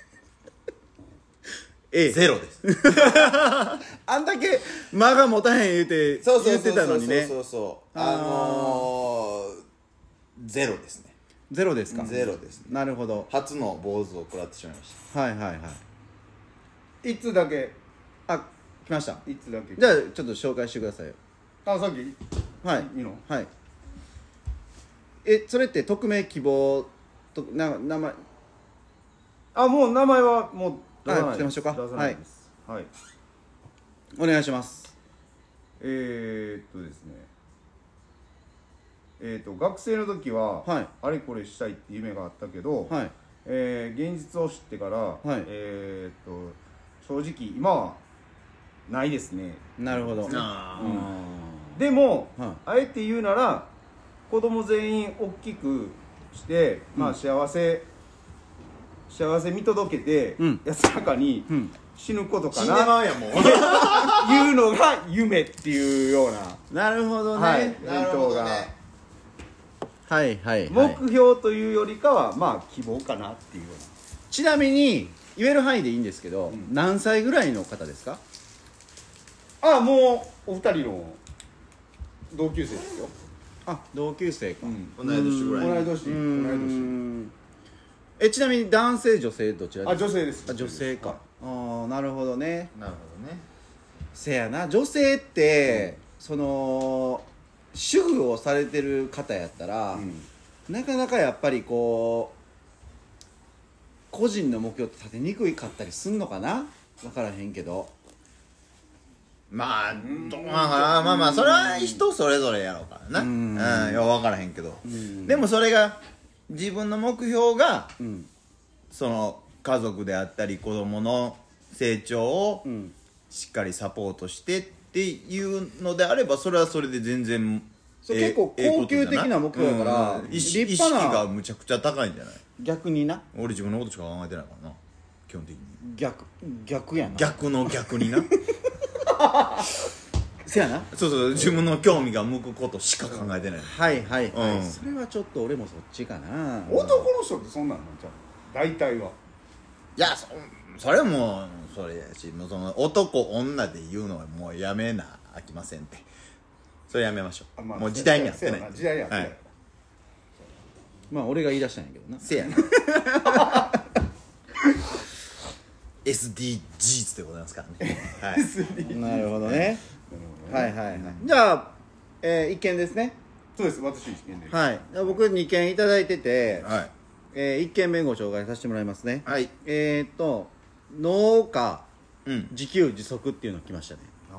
A: A ゼロですあんだけ間が持たへん言うて言ってたのにね。
C: そうそうそうあのー、ゼロですね。
A: ゼロですか。
C: ゼロですね。
A: なるほど。
C: 初の坊主を食らってしまいました。
A: はいはいはい。
B: いつだけ
A: あ来ました。
B: いつだけ
A: じゃあちょっと紹介してくださいよ。
B: あさっき
A: はい
B: いいの。
A: はい。えそれって匿名希望とな名前
B: あもう名前はもう
A: 出さないです。はい、出さないです。はい、はい、お願いします。
B: えー、っとですねえー、っと学生の時は、はい、あれこれしたいって夢があったけど、はいえー、現実を知ってから、はいえー、っと正直今はないですね。
A: なるほど。
B: あ、うん、でも、はい、あえて言うなら子供全員大きくして、まあ、幸せ、うん幸せ見届けて、うん、安らかに死ぬことかな、うん、死んでまうやんもういうのが夢っていうよう
A: な。なるほどね、
B: はい、なるほどね。
A: はいはい、はい、
B: 目標というよりかはまあ希望かなっていうような。
A: ちなみに言える範囲でいいんですけど、うん、何歳ぐらいの方ですか。
B: ああもうお二人の同級生ですよ。
A: あ同級生か、
C: うん、同い年ぐらい。
B: 同い年同い年。
A: えちなみに男性女性どちらですか。
B: あ女性です。
A: あ女性か。ああなるほどね。
C: なるほどね。
A: せやな女性って、うん、その主婦をされてる方やったら、うん、なかなかやっぱりこう個人の目標って立てにくいかったりすんのかな。分からへんけど。
C: まあどうまあまあまあそれは人それぞれやろうからな。うん、うん、いや分からへんけど、うん、でもそれが自分の目標が、うん、その家族であったり子供の成長をしっかりサポートしてっていうのであればそれはそれで全然
A: それ結構高級的な目標だから、うん、
C: 意識がむちゃくちゃ高いんじゃない。
A: 逆にな
C: 俺自分のことしか考えてないからな基本的に。
A: 逆逆やな。
C: 逆の逆にな
A: せやな。
C: そうそう自分の興味が向くことしか考えてない。
A: はいはいはい、うん、それはちょっと俺もそっちかな。
B: 男の人ってそんなんなんちゃう大体は。
C: いや そ, それもそれやしもうその男女で言うのはもうやめなあきませんって。それやめましょう、まあ、もう時代に合ってない。
B: 時代に合ってない、
A: はい、まあ俺が言い出したんやけどな。
C: せやなエスディージーズ でございますからね、はい、
A: なるほどねはいはいはい。じゃあ、えー、一件ですね。
B: そうです私一件で。
A: はい。僕にけんいただいてて、はいえー、いっけんめご紹介させてもらいますね。はいえー、っと農家、うん、自給自足っていうのが来ましたね。あ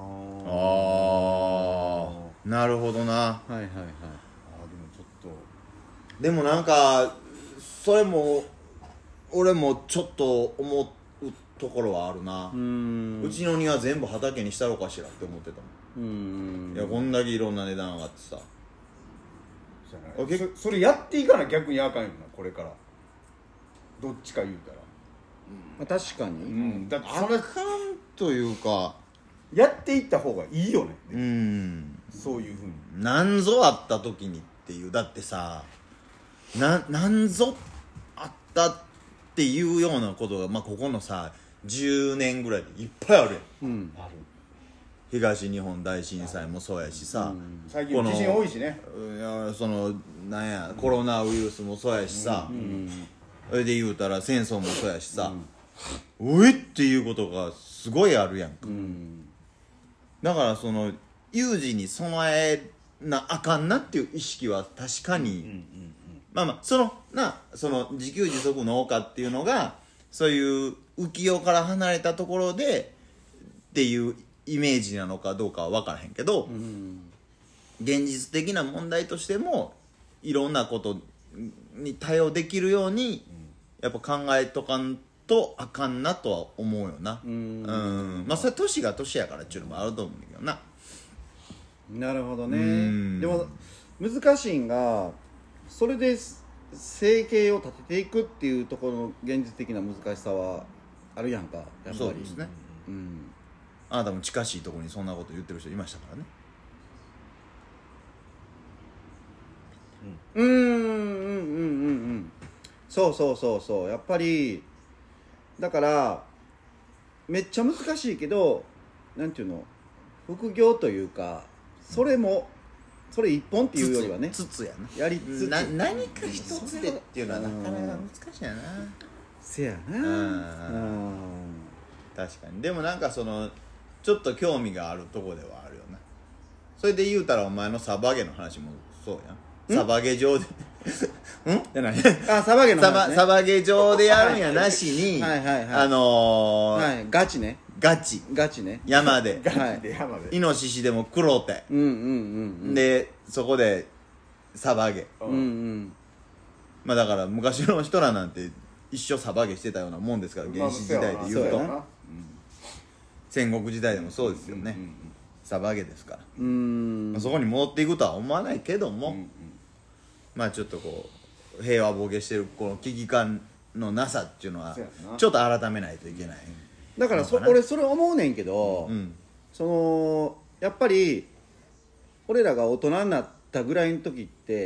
C: あなるほどな。はいはいはい。あでも
B: ちょっと
C: でもなんかそれも俺もちょっと思うところはあるな。うーんうちの庭全部畑にしたろかしらって思ってたもん。うーんいやこんだけいろんな値段上がってさ。
B: そ, それやっていかな逆にあかんよなこれから。 どっちか言うたら、
A: まあ、確かに、
B: うん、だって
C: あかんというか
B: やっていった方がいいよね、
C: うん、
B: そういうふうに
C: なんぞあった時にっていう、だってさななんぞあったっていうようなことが、まあ、ここのさじゅうねんぐらいでいっぱいあるやん、
A: うん、ある。
C: 東日本大震災もそうやしさ、うん、
B: 最近地震多いしね、
C: いやそのなんや、うん、コロナウイルスもそうやしさ、うん、それで言うたら戦争もそうやしさ、うん、おえっていうことがすごいあるやんか、うん、だからその有事に備えなあかんなっていう意識は確かに、うんうんうん、まあまあそのなその自給自足農家っていうのがそういう浮世から離れたところでっていうイメージなのかどうかは分からへんけど、うん、現実的な問題としてもいろんなことに対応できるようにやっぱ考えとかんとあかんなとは思うよな。うん、うん、まあそれは年が年やからっていうのもあると思うんだけどな。
A: なるほどね。でも難しいんがそれで生計を立てていくっていうところの現実的な難しさはあるやんか、やっぱり。
C: そうですね、うん、あなたも近しいところにそんなこと言ってる人いましたからね。
A: うんうんうんうんうんうんそうそうそうそう、やっぱりだからめっちゃ難しいけどなんていうの、副業というかそれもそれ一本っていうよりはね、
C: つつやな、
A: やりつつ
C: な何か一つでっていうのはなかなか難しいやな。
A: せやな、うん、
C: 確かに。でもなんかそのちょっと興味があるとこではあるよな。それで言うたらお前のサバゲの話もそうやん。サバゲ場でんじゃない
A: あ、サバゲの話、ね、
C: サバゲ場でやるんやなしに
A: はいはいはい、
C: あのー
A: はい、ガチね、
C: ガチ
A: ガチね、
C: 山で
B: ガチで山で
C: イノシシでも黒手、
A: うんうんうんうん、
C: でそこでサバゲ、
A: うんうん、
C: まあだから昔の人らなんて一生サバゲしてたようなもんですから、原始時代で言うと、まあ、う戦国時代でもそうですよね、うんうんうん、サバゲですから、うーん、まあ、そこに戻っていくとは思わないけども、うんうん、まあちょっとこう平和ボケしてるこの危機感のなさっていうのはちょっと改めないといけない。
A: だからそ俺それ思うねんけど、うん、そのやっぱり俺らが大人になったぐらいの時って、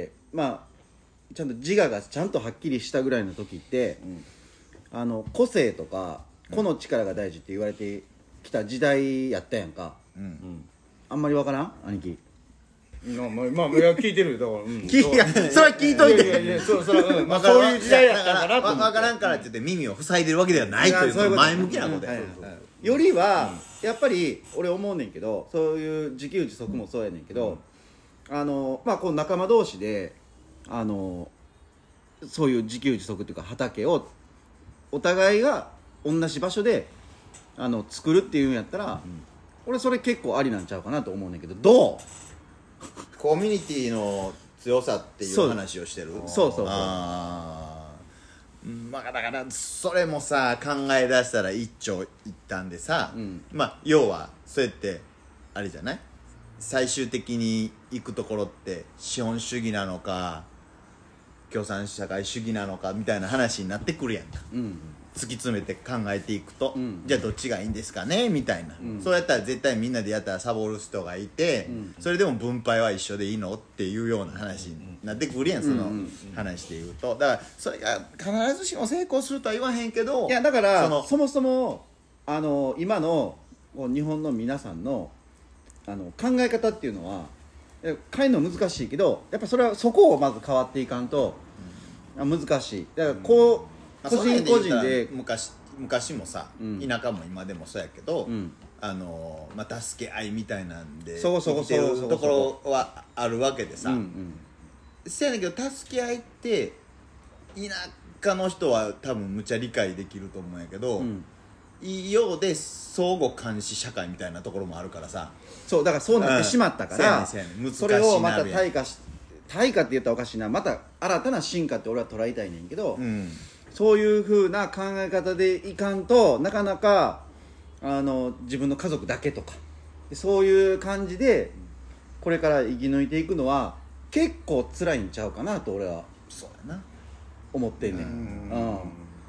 A: まあちゃんと自我がちゃんとはっきりしたぐらいの時って、うん、あの個性とか個の力が大事って言われてきた時代やったやんか、うんうん、あんまりわからん兄貴。
B: まあまあ、まあ、いや聞いてるよだから、うん、
A: 聞いそれは聞いといて、いやいやいやそうそれは、うん、まあ、そういう時代やったんかなと思って、
C: 分からんからって言って耳を塞いでるわけではないという前向きなことや、
A: よりは、うん、やっぱり俺思うねんけど、そういう自給自足もそうやねんけど、うん、あのまあこう仲間同士であのそういう自給自足っていうか畑をお互いが同じ場所であの作るっていうんやったら、うん、俺それ結構ありなんちゃうかなと思うねんけど、どう
C: コミュニティの強さっていう話をしてる。
A: そうそうそう、
C: あまあだからそれもさ考え出したら一長一短でさ、うん、まあ要はそうやってあれじゃない、最終的に行くところって資本主義なのか共産社会主義なのかみたいな話になってくるやんか、うん、突き詰めて考えていくと、うん、じゃあどっちがいいんですかねみたいな、うん、そうやったら絶対みんなでやったらサボる人がいて、うん、それでも分配は一緒でいいのっていうような話になってくるやん、その話で言うと。だからそれが必ずしも成功するとは言わへんけど、
A: いやだからそのそもそもあの今の日本の皆さんのあの考え方っていうのは変えるの難しいけど、やっぱそれはそこをまず変わっていかんと、うん、難しい。だからこう、うん、個人個人で
C: 昔昔もさ、うん、田舎も今でもそうやけど、うん、あのまあ、助け合いみたいなんで生きてるところはあるわけでさ、せやねんけど助け合いって田舎の人は多分むちゃ理解できると思うんやけど、うん、いいようで相互監視社会みたいなところもあるからさ、
A: そうだからそうなってしまったから、うん、そ, ねそれをまた対価し対価って言ったらおかしいな、また新たな進化って俺は捉えたいねんけど、うん、そういう風な考え方でいかんとなかなかあの自分の家族だけとかそういう感じでこれから生き抜いていくのは結構辛いんちゃうかなと俺は
C: そうやな
A: 思ってんねん。うん、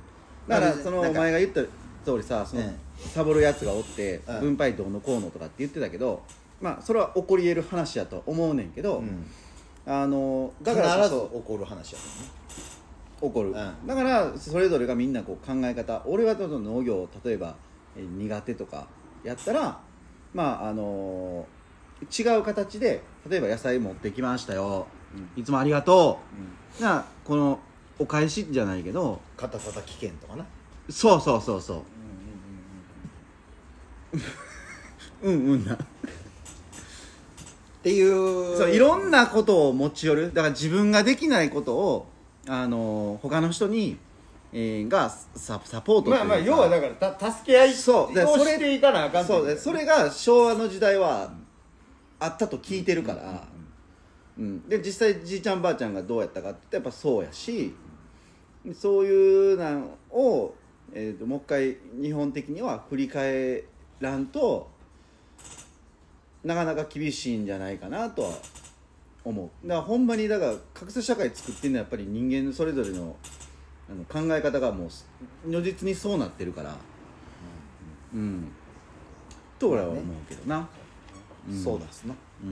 A: だからそのお前が言った通りさ、そのサボるやつがおって分配どうのこうのとかって言ってたけど、まあそれは起こり得る話やと思うねんけど、あのだから
C: 必ず起こる話やもんね。
A: 起こる、だからそれぞれがみんなこう考え方、俺は農業例えば苦手とかやったら、まああの違う形で例えば野菜持ってきましたよ、いつもありがとう、なこのお返しじゃないけど
C: 肩たたき券とかな。
A: そうそうそうそううんうんなっていうそういろんなことを持ち寄る。だから自分ができないことをあの他の人に、えー、がサ, サポートというか、
B: まあまあ要はだからた助け合い
A: そうで
B: をしていかなあかん
A: そうでそれが昭和の時代はあったと聞いてるから、うん、で実際じいちゃんばあちゃんがどうやったかってやっぱそうやし、そういうのを、えー、ともう一回日本的には振り返らんとなかなか厳しいんじゃないかなとは思う。だからほんまにだから格差社会作ってるのはやっぱり人間それぞれのあの考え方がもう如実にそうなってるから、うん、うん、と俺は思うけどな、
C: うん、そうだすな、うんうん、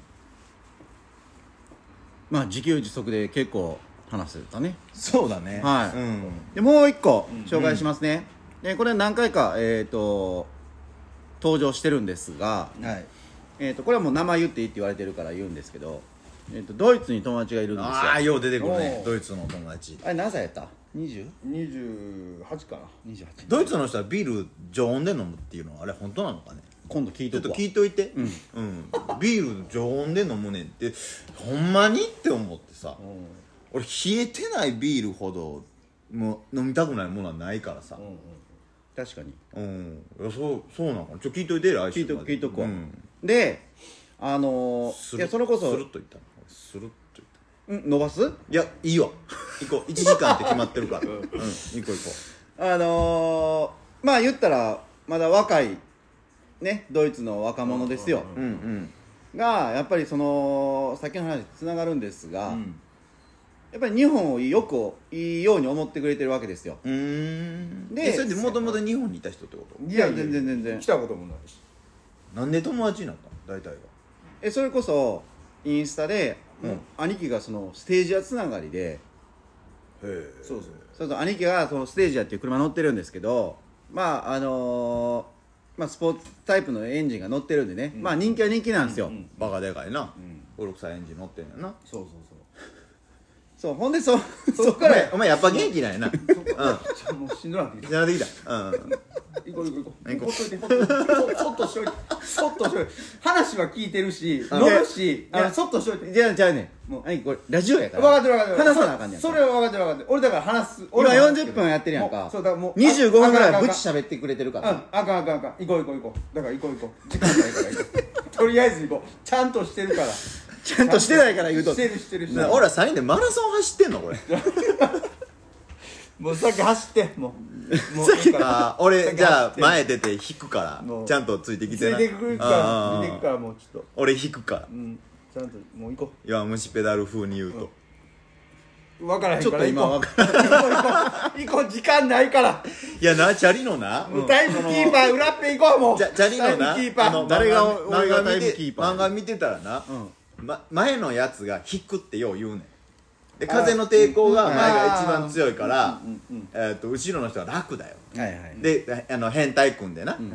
A: まあ自給自足で結構話せたね。
C: そうだね、
A: はい、
C: うん、
A: でもう一個紹介しますね、うん、でこれ何回か、えー、と登場してるんですが、はい、えー、とこれはもう名前言っていいって言われてるから言うんですけど、えー、とドイツに友達がいるんですよ。
C: ああよう出てくるね、ドイツの友達。
A: あれ何歳やった？ にじゅう？
B: にじゅうはちかな。
A: にじゅうはち。
C: ドイツの人はビール常温で飲むっていうのはあれ本当なのかね。
A: 今度聞いとくわ。
C: ちょっと聞いといて、うん、うん、ビール常温で飲むねんってほんまにって思ってさ、うん、俺冷えてないビールほどもう飲みたくないものはないからさ、うんうん、
A: 確かに、
C: うん、いやそうそうなのかな。ちょっと聞いといて。来週
A: 聞いとく聞いとくわ、うん、であのー、いやそれこそ
C: スルッと言ったのスルッと
A: 言った、うん、伸ばす？
C: いやいいわ行こういちじかんって決まってるからうん、うん、行こう行こ
A: う。あのー、まあ言ったらまだ若いねドイツの若者ですよ、うんうん、がやっぱりそのさっきの話につながるんですが、うん、やっぱり日本をよくいいように思ってくれてるわけですよ。
C: うーんでそれでもともと日本にいた人ってこと？
A: いや全然全然
B: 来たこともないし。
C: なんで友達になったの大体が？
A: えそれこそインスタで、うん、兄貴がそのステージ屋つながりで、へ
C: え
A: そうそうそうそう兄貴がそのステージ屋っていう車乗ってるんですけど、まああのー、まあスポーツタイプのエンジンが乗ってるんでね、うん、まあ人気は人気なんですよ、うんうん、
C: バカでかいな、ごろくさいエンジン乗ってんやな。
B: そうそうそう
A: そうほんで そ, そっから
C: お前やっぱ元気なんやな。
B: うん、もうしんどなってきた。
C: しんどなってきた。うん。
B: 行こう行こう行こう。ほっといてほっといて。そっとしといて。そっとしといて。話は聞いてるし、乗るし、あのそっとしといて。
A: じゃあじゃあね、もうはいこれラジオやから。
B: 分かってる分かってる。
A: 話さなあかんねん。
B: それは分かってる分かってる。俺だから話す。
A: 今よんじゅっぷんやってるやんか。そうだもうにじゅうごふんぐらいブチ喋ってくれてるから。
B: うん。あかんあかんあかん。行こう行こう行こう。だから行こう行こう。時間ないから行こう。とりあえず行こう。ちゃんとしてるから。
A: ちゃんとしてないから言うと。
B: してるしてるしてる。
C: 俺らさんにんでマラソン走ってんのこれ。
B: もうさっき走ってもう。
C: もうさっきあ俺じゃあ前出て引くからちゃんとついてきてな。
B: ついてくるからついてくからもうちょっと。
C: 俺引くから。
B: うん。ちゃんともう行こう。
C: 弱虫ペダル風に言うと。
B: 分からへんから行こう。行こう行こう行こう時間ないから。
C: いやなチャリのな。
B: タイムキーパー裏っぺ行こうもう。
C: チャリのな。
A: タイムキーパー。誰が俺がタイムキーパー。
C: 漫画見てたらな。ま、前のやつが引くってよう言うねん。で風の抵抗が前が一番強いから、えー、と後ろの人は楽だよ、はいはい、であの変態組んでな、うん、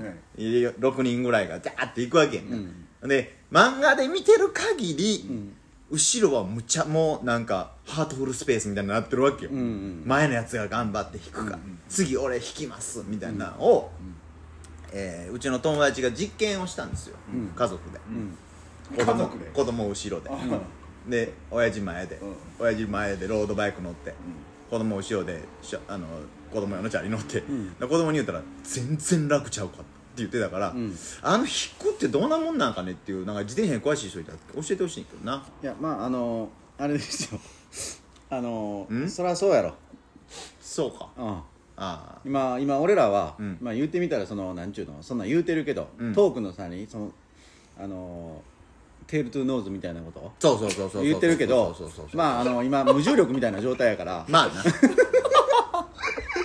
C: ろくにんぐらいがジャーっていくわけやんか、うん、で漫画で見てる限り、うん、後ろはむちゃもうなんかハートフルスペースみたいになってるわけよ、うんうん、前のやつが頑張って引くから、うんうん、次俺引きますみたいなのを、うんえー、うちの友達が実験をしたんですよ、うん、家族で、うん子供, 子供後ろで、うん、で親父前で、うん、親父前でロードバイク乗って、うん、子供後ろであの子供用のチャリ乗って、うん、子供に言ったら全然楽ちゃうかって言ってたから、うん、あの引くってどんなもんなんかねっていうなんか自転車に詳しい人いたら教えてほしいけどな。
A: いやまああのー、あれですよあのー、そりゃそうやろ。
C: そうか、
A: うんああ 今, 今俺らは、うんまあ、言ってみたらそのなんちゅうのそんなん言うてるけど、うん、トークのさにそのあのーテールトゥーノーズみたいなこと
C: そうそうそうそう
A: 言ってるけどまああの今無重力みたいな状態やから
C: まあな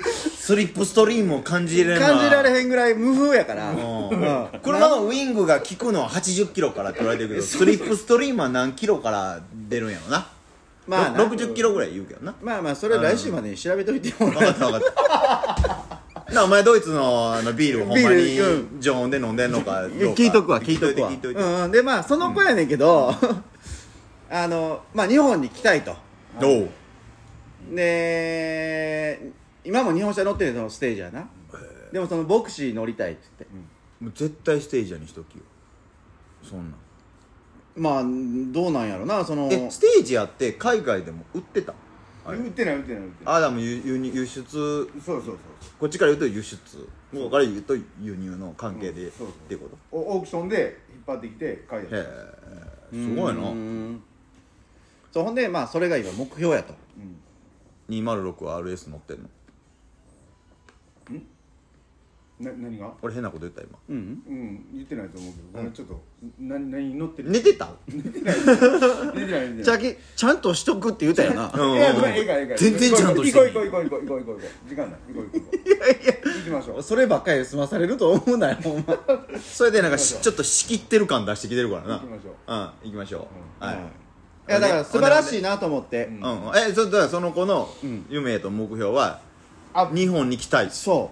C: スリップストリームを感じれる
A: 感じられへんぐらい無風やから、うん、
C: 車のウイングが効くのははちじゅっキロからって言われてるけどスリップストリームは何キロから出るんやろな。まあろくじゅっキロぐらい言うけどな。
A: まあまあそれ来週までに調べといてもら
C: う。分かった分かったな。お前ドイツ の, あのビールほんまに常温で飲んでんのかどうか
A: 聞いとくわ聞いとくわ。うんうん、でまあその子やねんけど、うん、あのまあ日本に来たいと。
C: どう
A: で今も日本車乗ってるのステージやな。でもそのボクシー乗りたいって言って、
C: うん、もう絶対ステージャーにしときよそんなん。
A: まあどうなんやろな。その
C: えステージやって海外でも売ってた？
B: 売ってない売ってない売ってない。
C: ああでも輸輸輸出。そう
B: そうそう。
C: こっちから言うと輸出、向こうから言うと輸入の関係で、うん、そうそうっていうこと。
B: オークションで引っ張ってきて買い出した。へ
C: えすごいな。
A: そうほんでまあそれが今目標やと、うん、
C: にまるろくは アールエス 乗ってんの？
B: んな何が？
C: 俺変なこと言った今。
B: うん、うん、言ってないと思うけど、ごめんちょっと何何乗ってる？
C: 寝てた？
B: 寝てない寝てない寝てない。
A: ちゃんとしとくって言ったよな。
B: いやええかええか。
C: 全然ちゃんとして
B: る。行こう行こう行こう行こう行こう行こう。時間ない。行こう行こう行こう。いやいや行きましょう。
A: そればっかりで済まされると思うなよほんま。
C: それでなんかちょっと仕切ってる感出してきてるからな。
B: 行きましょう。
C: うん行きましょう。はい。
A: いやだから素晴らしいなと思って。
C: うん。えそだからその子の夢と目標は日本に来たい。
A: そう。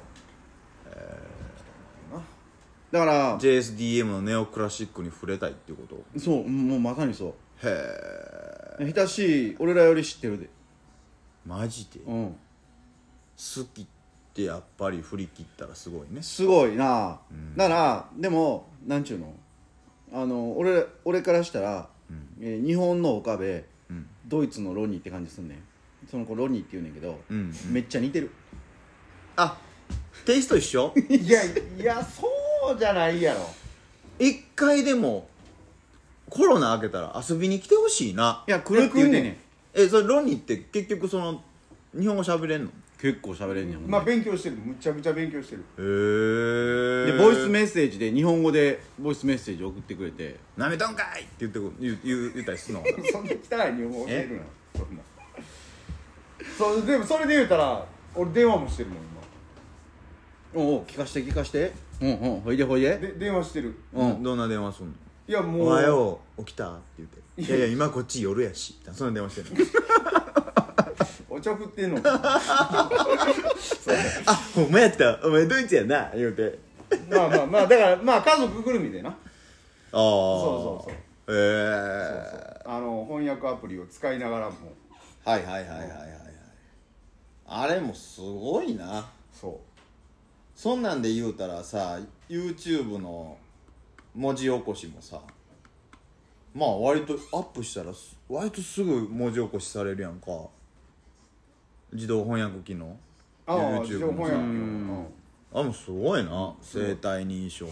A: だから
C: ジェイエスディーエム のネオクラシックに触れたいっていうこと？
A: そうもうまさにそう。
C: へ
A: え親しい俺らより知ってるで。
C: マジで？うん好きってやっぱり振り切ったらすごいね。
A: すごいな、うん、だからでもなんちゅうのあの 俺, 俺からしたら、うんえー、日本の岡部、うん、ドイツのロニーって感じすんねん。その子ロニーって言うねんけど、うんうん、めっちゃ似てる。
C: あテイスト一緒？
B: いやいやそうじゃないやろ。
C: 一回でもコロナ明けたら遊びに来てほしいな。
A: いや来るって言うてんねん。
C: えそれロニーって結局その日本語喋れんの？
A: 結構喋れんねん。
B: まあ勉強してる。むちゃくちゃ勉強してる。
C: へえ。
A: でボイスメッセージで日本語でボイスメッセージ送ってくれて
C: 「なめとんかい!」って言ってく言う言ったりするの？
B: そんな汚い日本語教えるな。そんなそうでもそれで言うたら俺電話もしてるもん今。
A: おお聞かして聞かして。うんうんほいでほいで
B: で電話してる。
C: うんどんな電話すんの？
B: いやもう
C: おはよう起きたって言っていやいや今こっち夜やしそんな電話してるの。
B: お茶振ってんの
C: あほんまやったお前ドイツやな言うて
B: まあまあまあだからまあ家族ぐるみでな。ああそうそうそうへえあの翻訳アプリを使いながらも
C: はいはいはいはいはいはいあれもすごいな。
B: そう
C: そんなんで言うたらさ YouTube の文字起こしもさまあ割とアップしたら割とすぐ文字起こしされるやんか。自動翻訳機能
B: ああ自動翻訳機能
C: あもうすごいな生体認証って、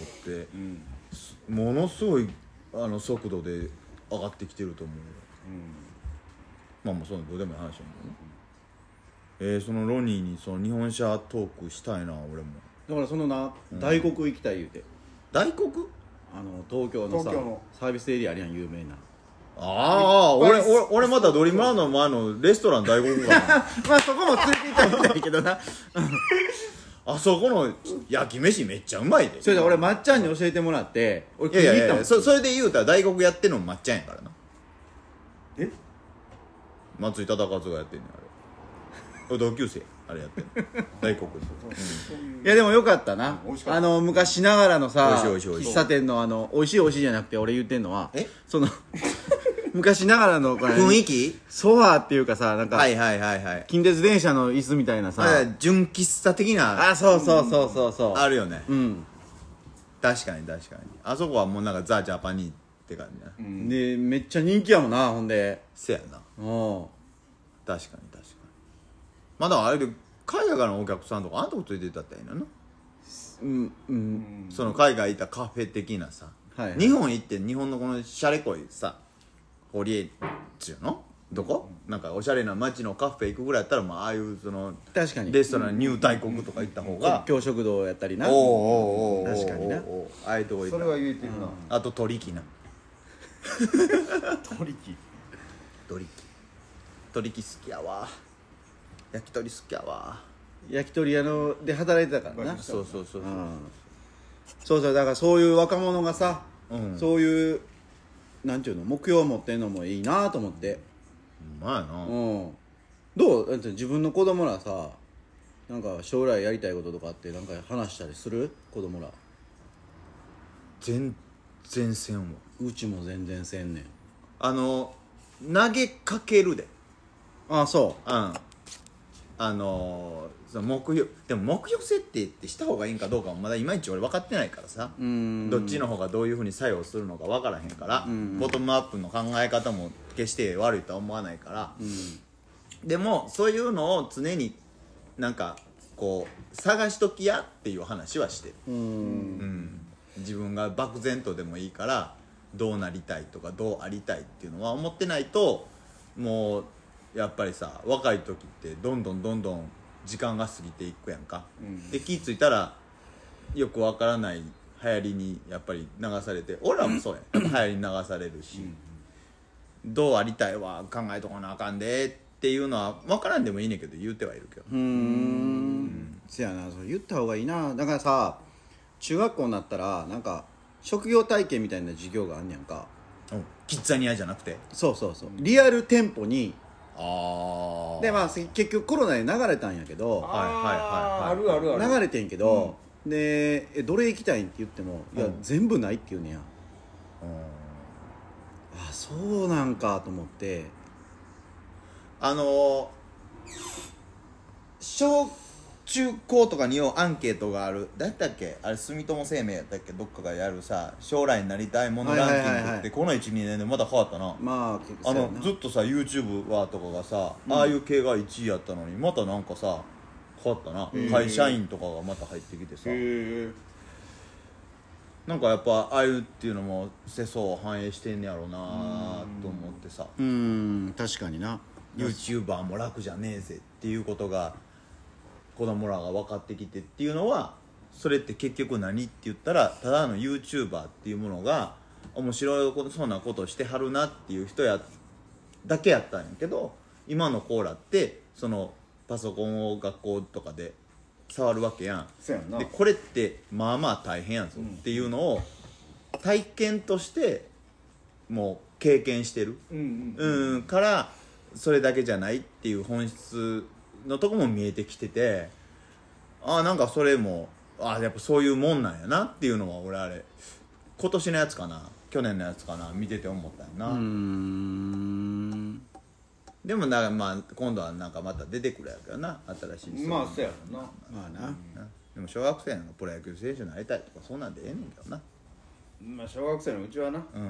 C: うん、ものすごいあの速度で上がってきてると思う、うん、まあまあそういうのどうでもいい話なんだよね、うん、えー、そのロニーにその日本車トークしたいな俺も。
A: だからそのな、うん、大国行きたい言うて。
C: 大国？
A: あの東京のさのサービスエリアあるやん有名な。
C: ああ俺俺俺またドリマーの前のレストラン大国かな。
A: まあそこもついていたみたいけどな。
C: あそこの焼き飯めっちゃうまいで。
A: それで俺まっちゃんに教えてもらって俺
C: 気に入ったもん。いやいやいや そ, それで言うたら大国やってんのもまっちゃんやからな。
B: え
C: 松井忠和がやってんねんあれ同級生あれやってんの大国、
A: うん、いやでもよかったな。あの昔ながらのさ喫茶店のあの美味しい美味しいじゃなくて俺言ってんのは
C: え
A: その昔ながらの
C: 雰囲気
A: ソファーっていうかさなんか
C: はいはいはいはい
A: 近鉄電車の椅子みたいなさ
C: 純喫茶的な
A: あそうそうそうそうそう
C: あるよね。
A: うん確
C: かに確かにあそこはもうなんかザ・ジャパニーって感じな、
A: うん、でめっちゃ人気やもんなほんで
C: せやな
A: うん
C: 確かに確かにまあだからあれで海外からのお客さんとかあんたこと言ってたっていいのなうんうんその海外行ったカフェ的なさ、はいはい、日本行って日本のこのシャレこいさ堀江っちゅうのどこ、うん、なんかおしゃれな街のカフェ行くぐらいやったらまあああいうその
A: 確かに
C: レストランニュー大国とか行った方が
A: 京食堂やったりな
C: おおおお
A: 確かにな
C: ああいうとこ行った
B: それは言えてるな、うん、
C: あと鳥貴な
B: 鳥貴
C: 鳥貴鳥貴好きやわ焼き鳥好きやわ
A: 焼き鳥屋ので働いてたからな。
C: そうそうそうそう、うん、
A: そうそう、だからそういう若者がさ、
C: うん、
A: そういうなんていうの目標を持ってんのもいいなと思って。
C: うまいな。
A: うん。どう？だって自分の子供らさ、なんか将来やりたいこととかってなんか話したりする？子供ら。
C: 全然せんわ。
A: うちも全然せんねん。
C: あの投げかけるで。
A: ああ、そう。
C: うん。あのー、その目標でも目標設定ってした方がいいんかどうかもまだいまいち俺分かってないからさ、
A: うん、
C: どっちの方がどういうふうに作用するのか分からへんから、うん、ボトムアップの考え方も決して悪いとは思わないから、うん、でもそういうのを常になんかこう探しときやっていう話はしてる、うんうん、自分が漠然とでもいいからどうなりたいとかどうありたいっていうのは思ってないと、もうやっぱりさ若い時ってどんどんどんどん時間が過ぎていくやんか、うん、で気ぃ付いたらよくわからない流行りにやっぱり流されて、俺らもそうやん、やっぱ流行りに流されるし、うん、どうありたいは考えとかなあかんでっていうのは分からんでもいいねんけど言うてはいるけど、
A: うーん、うん、せやな、それ言った方がいいな。だからさ中学校になったらなんか職業体験みたいな授業があんねやんか、
C: うん、キッザニアじゃなくて、
A: そうそうそう、リアル店舗に、
C: あ
A: でまあ結局コロナで流れたんやけど、
B: はいはいはいはい、あるあるある、
A: 流れてんけど、うん、でえどれ行きたいんって言っても、いや、うん、全部ないって言うねや、うん、あそうなんかと思って、
C: あのー、小中高とかによアンケートがある、誰だっけあれ、住友生命やったっけ、どっかがやるさ将来になりたいものランキングって、はいはいはいはい、この いちにねんでまた変わったな。
A: まあ結構あ
C: のずっとさ YouTube はとかがさ、うん、ああいう系がいちいやったのにまたなんかさ変わったな、会社員とかがまた入ってきてさ、なんかやっぱああいうっていうのも世相を反映してんねやろうなと思ってさ、
A: うーん確かにな、
C: YouTuber も楽じゃねえぜっていうことが子供らが分かってきてっていうのは、それって結局何って言ったらただの YouTuber っていうものが面白いそんなことしてはるなっていう人やだけやったんやけど、今のコーラってそのパソコンを学校とかで触るわけやん。
B: そうやんな。
C: でこれってまあまあ大変やぞっていうのを体験としてもう経験してる、うんうんうん、うんからそれだけじゃないっていう本質のとこも見えてきてて、ああなんかそれもああやっぱそういうもんなんやなっていうのは俺あれ今年のやつかな去年のやつかな見てて思ったんやな。うーんでもだまあ今度はなんかまた出てくるやけどな新しい。
B: まあそうやろな。
A: まあな、うん、
C: でも小学生なんかプロ野球選手になりたいとかそんなんでええねんけどな。
B: まあ小学生のうちはな、
C: うん、うん、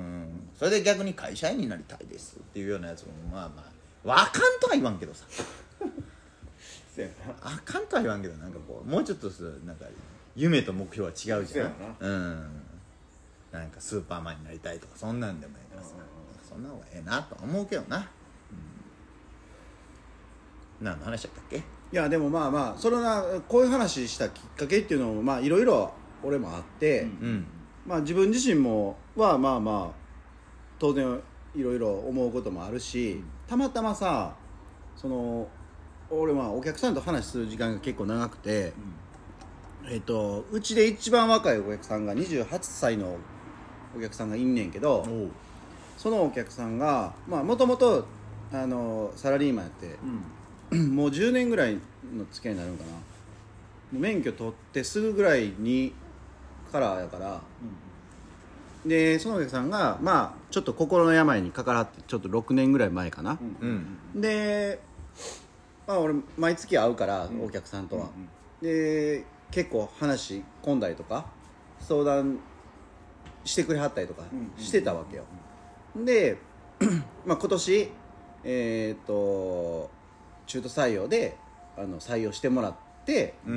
C: それで逆に会社員になりたいですっていうようなやつもまあまあわかんとは言わんけどさあかんとは言わんけどなんかこうもうちょっとなんか夢と目標は違うじゃん。うん、なんかスーパーマンになりたいとかそんなんでもいいからさ、そんな方がええなとは思うけどな、うん、何の話だったっけ。い
A: やでもまあまあそれなこういう話したきっかけっていうのもまあいろいろ俺もあって、うん、まあ自分自身もはまあまあ当然いろいろ思うこともあるし、たまたまさその俺はお客さんと話する時間が結構長くて、うん、えっとうちで一番若いお客さんがにじゅうはっさいのお客さんがいんねんけど、そのお客さんがまあもともとあのサラリーマンやって、うん、もうじゅうねんぐらいの付き合いになるんかな。もう免許取ってすぐぐらいにからやから、うん、でそのお客さんがまあちょっと心の病にかからってちょっとろくねんぐらい前かな、うんうん、でまあ、俺毎月会うから、うん、お客さんとは、うんうん、で結構話込んだりとか相談してくれはったりとかしてたわけよ、うんうん、で、まあ、今年えー、っと中途採用であの採用してもらって、うん、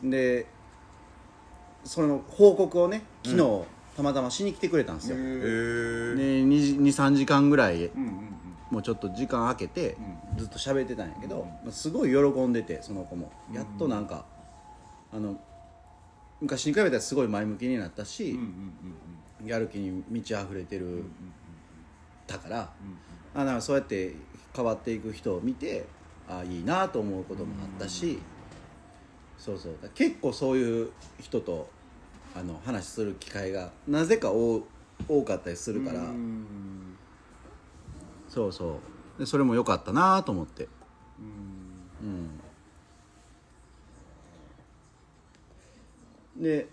A: でその報告をね昨日、うん、たまたましに来てくれたんですよ。で にさんじかんぐらい、うんうん、もうちょっと時間空けてずっと喋ってたんやけど、まあ、すごい喜んでてその子もやっとなんか、あの昔に比べたらすごい前向きになったし、やる気に満ち溢れてるだから、あなんかそうやって変わっていく人を見てあいいなと思うこともあったし、 そうそう結構そういう人とあの話する機会がなぜか多多かったりするから、うんそうそうでそれも良かったなと思って、うんうん、で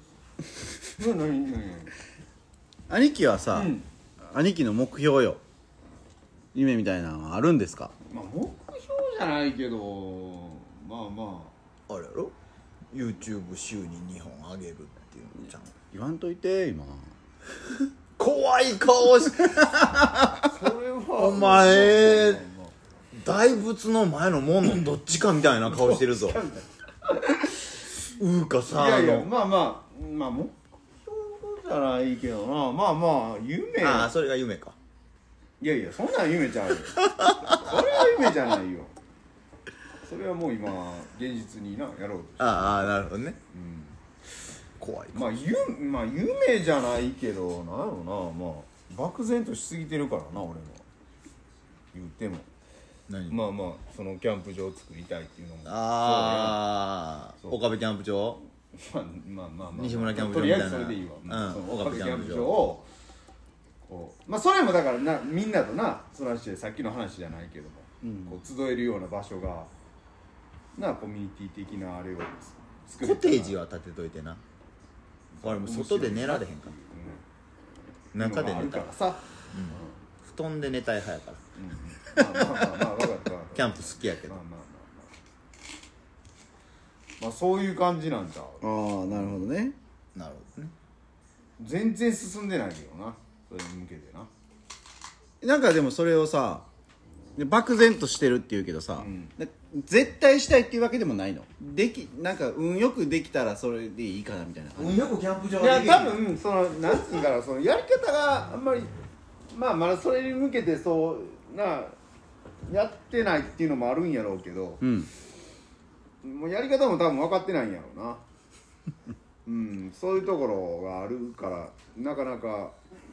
A: 兄貴はさ、うん、兄貴の目標よ夢みたいなのはあるんですか？
B: まあ目標じゃないけどまあま
C: ああれやろ YouTube 週ににほんあげるっていうのちゃん
A: 言わんといて今
C: 怖い顔しそれはお前大仏の前の門のどっちかみたいな顔してるぞうーかさ
B: いやいやまあまあまあ目標じゃないけどなまあまあ夢
C: ああそれが夢か
B: いやいやそんなん夢ちゃうよそれは夢じゃないよそれはもう今現実になやろうとして
C: ああなるほどね、うん、怖い
B: まあ、ゆまあ夢じゃないけどなんやろうなまあ漠然としすぎてるからな俺も言っても何まあまあそのキャンプ場を作りたいっていうのも
C: ああ岡部キャンプ場
B: まあまあまあまあ
C: 西村キャンプ場みたいな
B: とりあえずそれでいいわ、
C: うん、
B: その岡部キャンプ場をこうまあそれもだからなみんなとなその話でさっきの話じゃないけども、うん、こう集えるような場所がなコミュニティ的なあれを
C: 作るコテージは建てといてな俺も外で寝られへんか、うん、中で寝たらさ、うん、布団で寝たい派やから、うん、まあまあまあまあ分かったキャンプ好きやけどまあまあまあ
B: まあまあそういう感じなんちゃう
A: ああなるほどね
C: なるほどね
B: 全然進んでないけどなそれに向けてな
A: なんかでもそれをさ漠然としてるっていうけどさ、うん、絶対したいっていうわけでもないのできなんか運よくできたらそれでいいかなみたいな
C: 運よくキャンプ場
B: ができるいや多分そのなんつうんからそのやり方があんまりまあまだそれに向けてそうなやってないっていうのもあるんやろうけど、うん、もうやり方も多分分かってないんやろうなうんそういうところがあるからなかなか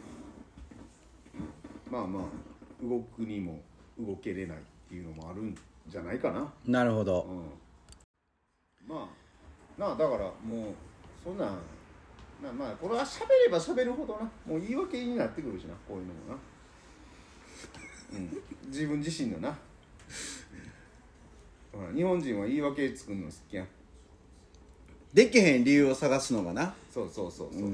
B: まあまあ動くにも動けれないっていうのもあるんじゃないかな
A: なるほど、
B: うん、まあなあだからもうそんなんなまあこれは喋れば喋るほどなもう言い訳になってくるしなこういうのもな、うん、自分自身のな、うん、日本人は言い訳作るの好きやん
A: できへん理由を探すのがな
B: そうそうそうそうそう、うん、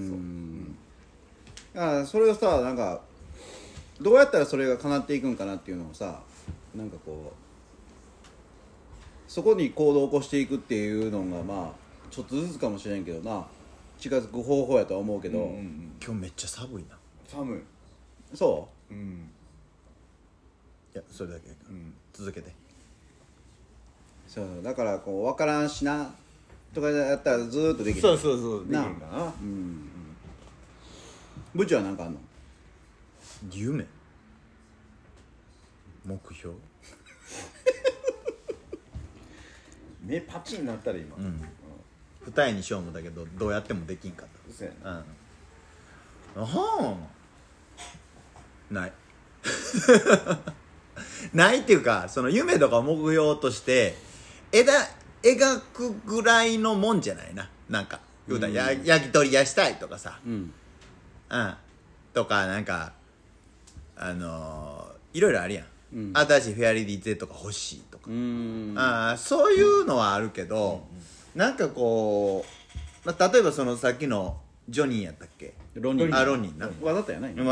A: だからそれをさなんかどうやったらそれが叶っていくんかなっていうのをさなんかこうそこに行動を起こしていくっていうのがまあちょっとずつかもしれんけどな近づく方法やとは思うけど、うんうんうん、
C: 今日めっちゃ寒いな
B: 寒い
A: そう、
B: うん、
C: いやそれだけ、うん、続けて
A: そうだからこう分からんしなとかやったらずーっとできる
B: そうそうそうできるんかな、うんうん、
A: 部長は何かあんの
C: 夢目標
B: 目パチンなったら今、うんうん、
C: 二重にしようもだけどどうやってもできんかった
B: そうやな、
C: うん、はあないないっていうかその夢とか目標として枝描くぐらいのもんじゃないななんか言うたら、うん、や焼き鳥屋したいとかさ、うんうん、とかなんかあのー、いろいろあるやん、うん、新しいフェアリディ Z とか欲しいとかうんあそういうのはあるけど、うんうん、なんかこう、まあ、例えばそのさっきのジョニーやったっけ
A: ロニー
C: あロニーな
A: わざとやないの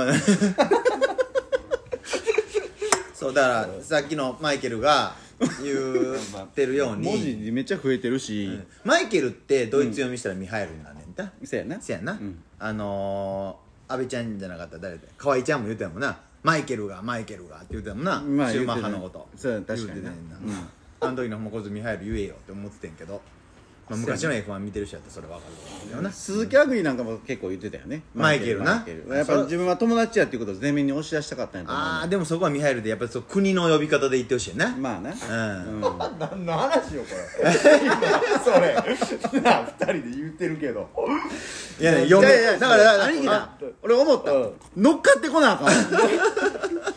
C: そうだからさっきのマイケルが言ってるように
A: 文字めっちゃ増えてるし、うん、
C: マイケルってドイツ読みしたらミハエルになんねんだ
A: せやな
C: せやな、うん、あのー、安倍ちゃんじゃなかったら誰だ河合ちゃんも言ってたもんなマイケルがマイケルがって言ってたもんな、まあ、シューマッハのこと
A: そう確かにな、うん、
C: あの時のもうこいつミハエル言えよって思ってんけどまあ、昔の エフワン 見てる人やったらそれ分かるよな
A: 鈴木亜久里なんかも結構言ってたよね
C: マイケルな
A: やっぱ自分は友達やっていうことを前面に押し出したかったんやと思う
C: ああでもそこはミハエルでやっぱりそう国の呼び方で言ってほしいな
A: まあな
B: うん、うん、何の話よこれそれなあふたりで言ってるけど
C: いやいやいや
A: だから兄貴な俺思った乗っかってこなあかん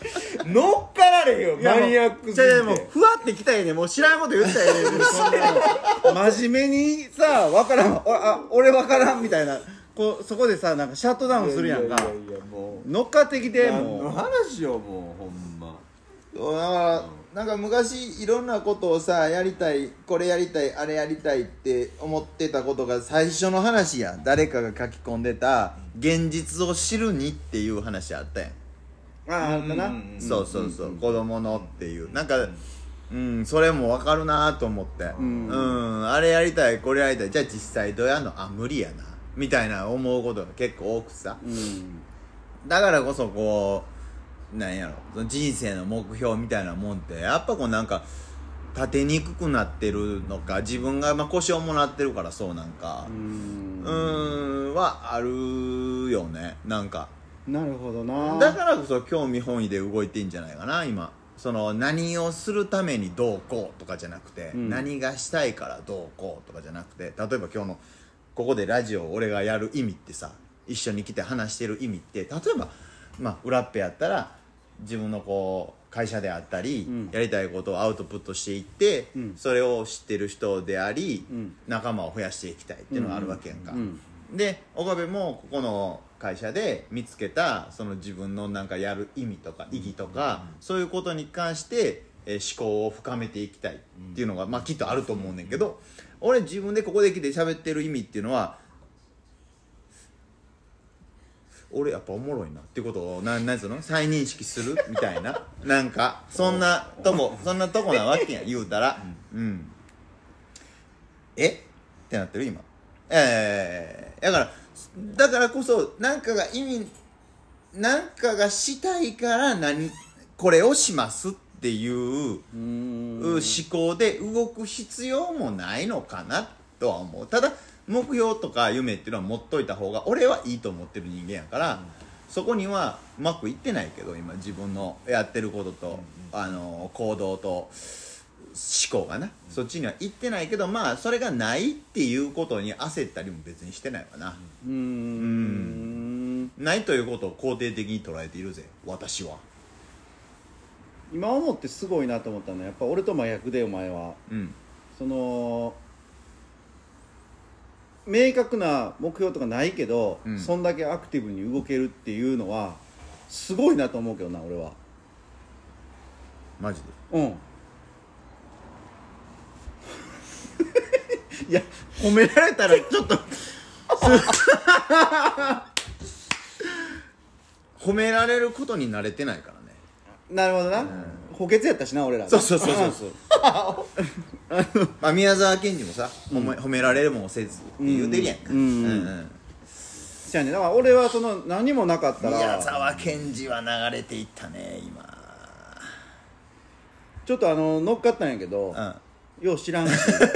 B: 乗っかられよマニアックすぎて。
A: もうふわってきたらね、もう知らんこと言ったらええねんそんなの真面目にさ分からん、あ俺分からんみたいな、こうそこでさなんかシャットダウンするやんか。
B: いやいやいやもう
A: 乗っかってきて、も
B: 何の
A: う
B: 話よもうほんま。
C: そうだからなんか昔いろんなことをさやりたい、これやりたいあれやりたいって思ってたことが最初の話やん。誰かが書き込んでた現実を知るにっていう話あったやん。
A: あああったな、
B: うん
C: そうそうそう、子供のっていうなんかうんそれも分かるなと思って、
A: うん
C: うんあれやりたいこれやりたい、じゃあ実際どうやんの、あ無理やなみたいな思うことが結構多くさ、
A: うん
C: だからこそこうなんやろ、その人生の目標みたいなもんってやっぱこうなんか立てにくくなってるのか、自分がまあ腰をもらってるからそうなんか
A: う
C: うんーんはあるよね。なんか
A: なるほどな。
C: だからこそ興味本位で動いてんじゃないかな今。その何をするためにどうこうとかじゃなくて、うん、何がしたいからどうこうとかじゃなくて、例えば今日のここでラジオを俺がやる意味ってさ、一緒に来て話してる意味って例えばまあ裏っぺやったら自分のこう会社であったり、うん、やりたいことをアウトプットしていって、うん、それを知ってる人であり、うん、仲間を増やしていきたいっていうのがあるわけやんか、うんうん、で岡部もここの会社で見つけたその自分のなんかやる意味とか意義とか、うん、そういうことに関して、えー、思考を深めていきたいっていうのが、まあ、きっとあると思うねんけど、俺自分でここで来て喋ってる意味っていうのは俺やっぱおもろいなっていうことをななんつうの再認識するみたいななんかそんなとこそんなとこなわけや言うたら、うん、うん、えってなってる今。ええー、だからだからこそ何かが意味何かがしたいから何これをしますっていう思考で動く必要もないのかなとは思う。ただ目標とか夢っていうのは持っといた方が俺はいいと思ってる人間やから、うん、そこにはうまくいってないけど今自分のやってることと、うん、あの行動と思考がな、うん、そっちには行ってないけど、まあそれがないっていうことに焦ったりも別にしてないわな。うん、うんないということを肯定的に捉えているぜ私は。
A: 今思ってすごいなと思ったのはやっぱ俺と真逆でお前は、うん、その明確な目標とかないけど、うん、そんだけアクティブに動けるっていうのはすごいなと思うけどな俺は。
C: マジで？
A: うんいや褒められたらちょっと
C: 褒められることに慣れてないからね。
A: なるほどな、うん、補欠やったしな俺ら。
C: そうそうそうそうそうまあ宮沢賢治もさ、うん、褒, め褒められるもんせずって言うてるやんか。うんうん、うん、
A: じゃあね、だから俺はその何もなかったら
C: 宮沢賢治は流れていったね今。
A: ちょっとあの乗っかったんやけど、うん、よう知らんし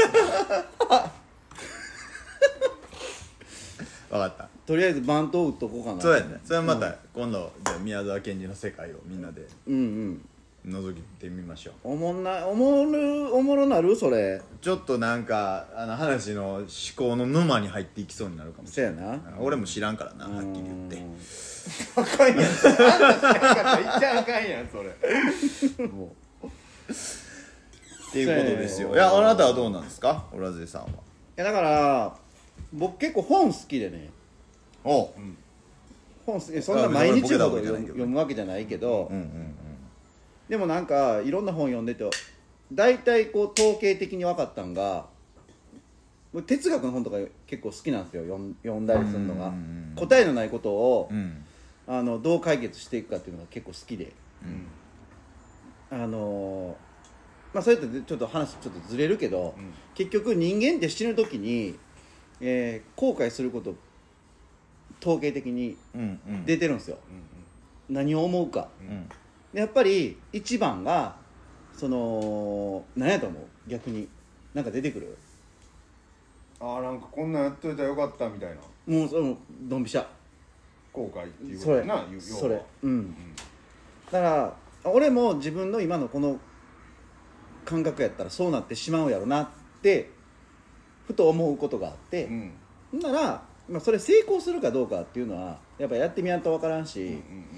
C: 分かった。
A: とりあえずバント打っとこうかな。
C: そうやね。それはまた今度、じゃあ宮沢賢治の世界をみんなでうんうん覗いてみましょう。
A: おもんなおもるおもろなるそれ。
C: ちょっとなんかあの話の思考の沼に入っていきそうになるかもしれない。
A: そうやな。
C: 俺も知らんからな、はっきり言って。
B: あかんやん。あんた知らんかったら言っちゃあかんやんそれ。もう。
C: っていうことですよ。いやあなたはどうなんですか、オラゼさんは。い
A: やだから僕結構本好きでね。
C: おう、うん、
A: 本好き。そんな毎日ほど読む、読むわけじゃないけど、うんうんうん、でもなんかいろんな本読んでて大体こう統計的に分かったんが、哲学の本とか結構好きなんですよ。読ん、読んだりするのが、うんうんうん、答えのないことを、うん、あのどう解決していくかっていうのが結構好きで、うん、あのまあそれってちょっと話ちょっとずれるけど、うん、結局人間って死ぬ時に、えー、後悔すること統計的に出てるんですよ、うんうん、何を思うか、うん、やっぱり一番がその何やと思う。逆になんか出てくる。
B: ああなんかこんなんやっといたらよかったみたいな。
A: もうそのドンピシャ
B: 後悔っていう
A: ことやな。それうん、うん、だから俺も自分の今のこの感覚やったらそうなってしまうやろなってふと思うことがあって、うん、ならまあ、それ成功するかどうかっていうのはやっぱやってみやんと分からんし、うんうんうん、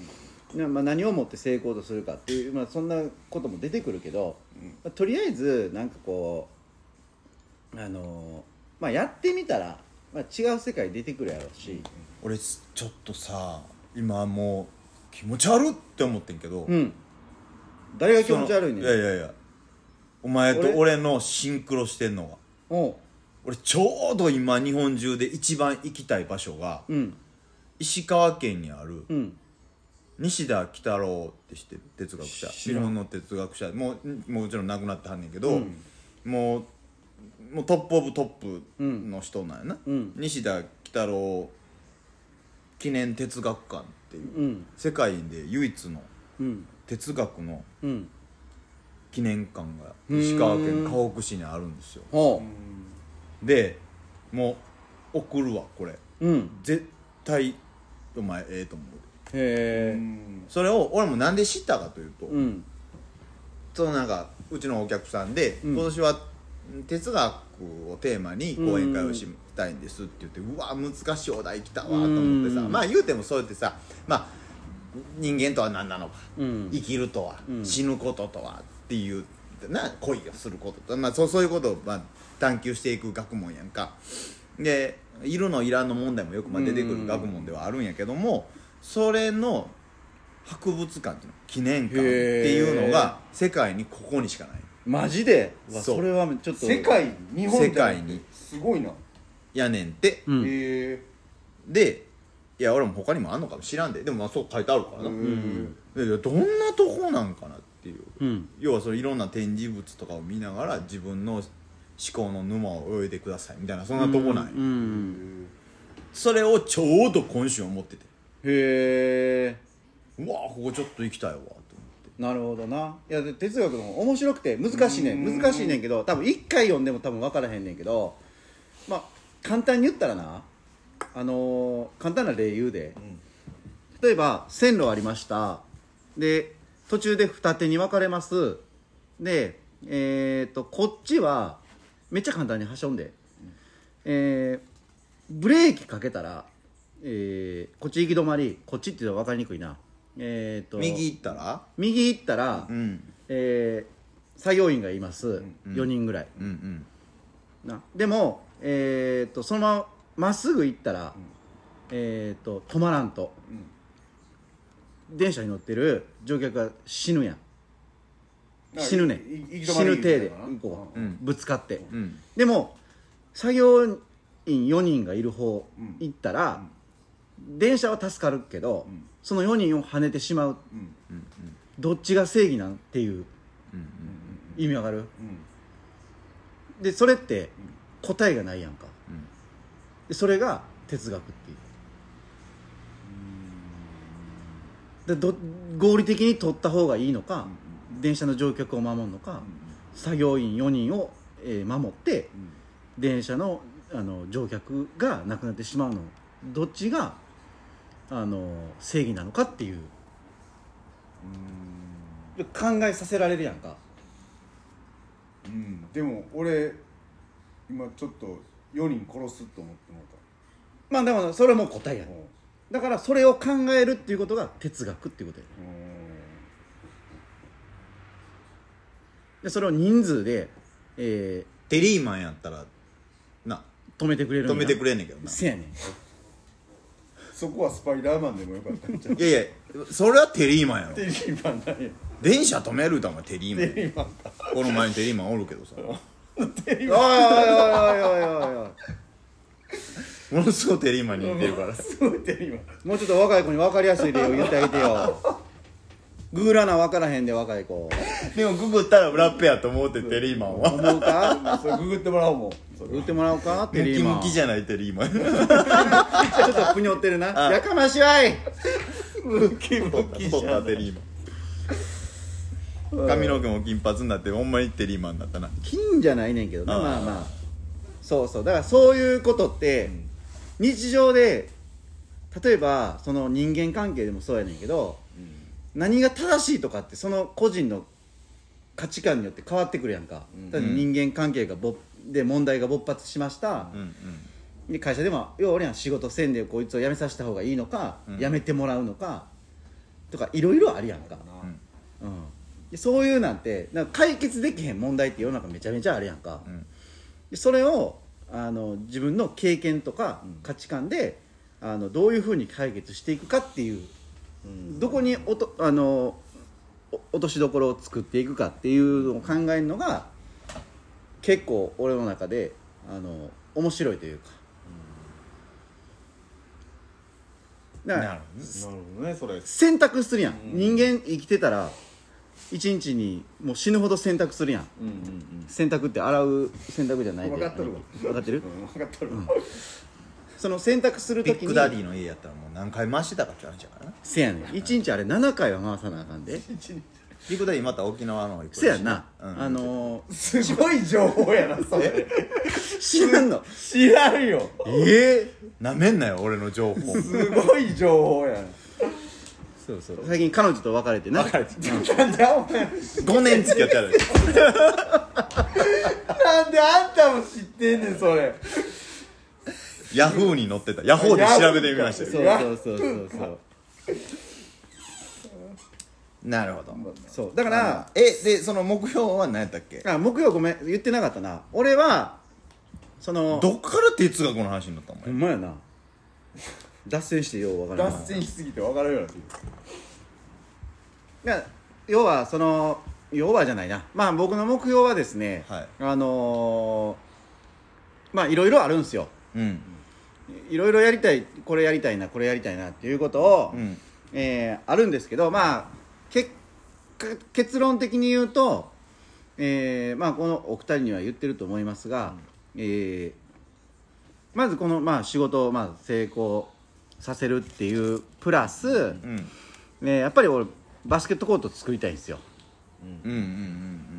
A: まあ、何をもって成功とするかっていう、まあ、そんなことも出てくるけど、うんまあ、とりあえずなんかこうあのー、まあやってみたら、まあ、違う世界出てくるやろうし、うん、
C: 俺ちょっとさ今もう気持ち悪って思ってんけど、うん、
A: 誰が気持ち悪いねん。
C: いやいやいやお前と俺のシンクロしてんのがお俺ちょうど今日本中で一番行きたい場所が、うん、石川県にある、うん西田喜太郎って知ってる哲学者日本の哲学者もうもちろん亡くなってはんねんけど、うん、もうもうトップオブトップの人なんやな、うん、西田喜太郎記念哲学館っていう、うん、世界で唯一の哲学の記念館が石川県かほく市にあるんですよ。でもう送るわこれ、うん、絶対お前ええと思う。へえ。それを俺もなんで知ったかというと、うん、そのなんかうちのお客さんで、うん、今年は哲学をテーマに講演会をしたいんですって言って、うん、うわ難しいお題来たわと思ってさ、うん、まあ言うてもそうやってさ、まあ人間とは何なのか、うん、生きるとは、うん、死ぬこととはっていうな恋をすることと、まあ、そうそういうことをまあ探求していく学問やんか。でいるのいらんの問題もよくまあ出てくる学問ではあるんやけども、それの博物館っていうの記念館っていうのが世界にここにしかない。
A: マジで？それはちょっと
B: 世界日本
C: 世界に
B: すごいな
C: やねんって、うん、へでいや俺も他にもあんのかも知らんで、でもまあそう書いてあるからな、うん、でどんなとこなんかなっていう、うん、要はそれいろんな展示物とかを見ながら自分の思考の沼を泳いでくださいみたいなそんなとこない、うんうん、それをちょうど今週思ってて、へえ、うわここちょっと行きたいわと思って。
A: なるほどな。いや哲学の面白くて難しいねん難しいねんけど、多分いっかい読んでも多分分からへんねんけど、まあ簡単に言ったらな、あのー、簡単な例言うで、うん、例えば線路ありました。で途中で二手に分かれます。でえー、とこっちはめっちゃ簡単にはしょんで、うん、えー、ブレーキかけたらえー、こっち行き止まり、こっちって言うと分かりにくいな、えー、と
C: 右行ったら
A: 右行ったら、うんえー、作業員がいます、うんうん、よにんぐらい、うんうん、なでも、えー、とそのまままっすぐ行ったら、うんえー、と止まらんと、うん、電車に乗ってる乗客が死ぬやん死ぬねん死ぬ体でこう、うん、ぶつかって、うん、でも作業員よにんがいる方、うん、行ったら、うん電車は助かるけど、うん、そのよにんを跳ねてしまう、うんうん、どっちが正義なんっていう、うんうんうん、意味わかる、うん、でそれって答えがないやんか、うん、でそれが哲学っていう、うん、でど合理的に取った方がいいのか、うん、電車の乗客を守るのか、うん、作業員よにんを、えー、守って、うん、電車 の, あの乗客が亡くなってしまうのどっちがあの正義なのかっていう、うーん考えさせられるやんか、
B: うん、でも俺今ちょっとよにん殺すと思っても
A: らった。まあでもそれも答えやね、だからそれを考えるっていうことが哲学っていうことや、でそれを人数で、
C: えー、テリーマンやったらな
A: 止めてくれるんや
C: 止めてくれんねんけどな。
A: せやねん
B: そこはスパイダーマンでもよかったんじゃん。
C: いやいやそれはテリーマンやろ。
B: テリーマンなんや。
C: 電車止めるだもんテリーマン。
B: テリーマンか。
C: この前にテリーマンおるけどさ。
A: テリーマン。おいおいおいおいおいおい。
C: ものすごいテリーマンに似てるから。
B: すごいテリーマ
A: ン。もうちょっと若い子に分かりやすい例を言ってあげてよ。ググらな分からへんで若い子。
C: でもググったらブラッペやと思うてテリーマンは。
A: 思うか？
B: それググってもらおうもん。
A: ググってもらおうかテリーマン。
C: ムキムキじゃないテリーマン。
A: ちょっとぷにょってるな。やかましわい。
B: ムキムキじゃない。
C: テリーマン。髪の毛も金髪になってほんまにテリーマンになったな。
A: 金じゃないねんけどな。まあまあそうそうだからそういうことって日常で例えばその人間関係でもそうやねんけど、何が正しいとかってその個人の価値観によって変わってくるやんか、うん、例えば人間関係がぼで問題が勃発しました、うんうん、で会社でも要は俺は仕事せんでこいつを辞めさせた方がいいのか、うん、辞めてもらうのかとかいろいろあるやんか、うんうん、でそういうなんてなんか解決できへん問題って世の中めちゃめちゃあるやんか、うん、でそれをあの自分の経験とか価値観で、うん、あのどういうふうに解決していくかっていう、うん、どこにおとあの落としどころを作っていくかっていうのを考えるのが結構俺の中であの面白いというか、うん、だからなるほどねそれ選択するやん、うん、人間生きてたら一日にもう死ぬほど洗濯するやん、うんうんうん、洗濯って洗う洗濯じゃないで
B: 分かっとるわ
A: 分かってる、
B: うん、分かっとるわ、うん、
A: その洗濯するときに
C: ビッグダディの家やったらもう何回回してたかって話やからな
A: せやねんいちにちあれななかいは回さなあかんで
C: ビッグダディまた沖縄の行く
A: せやな、うん、あのー、
B: すごい情報やなそれ
A: 知らんの
B: 知らんよ
A: ええ
C: ー、なめんなよ俺の情報
B: すごい情報やな
A: そうそう最近彼女と別れてな
C: 別れて
B: なんでお前
C: ごねん付き合ってある
B: なんであんたも知ってんねんそれ
C: ヤフーに載ってたヤホーで調べてみました
A: よそうそうそうそうそう
C: なるほど
A: そうだから
C: えでその目標は何やったっけ
A: あ目標ごめん言ってなかったな俺はその
C: どっから哲学の話になったの
A: ほんまやな脱線してよう分からない
B: 脱線しすぎて分からんようになって
A: いや要はその要はじゃないなまあ僕の目標はですね、はい、あのー、まあいろいろあるんですよ、うん、いろいろやりたいこれやりたいなこれやりたいなっていうことを、うん、えー、あるんですけどまあけ結論的に言うと、えーまあ、このお二人には言ってると思いますが、うん、えー、まずこの、まあ、仕事をまあ成功させるっていうプラス、うんね、やっぱり俺バスケットコート作りたいんですよ、うんうんうんうん、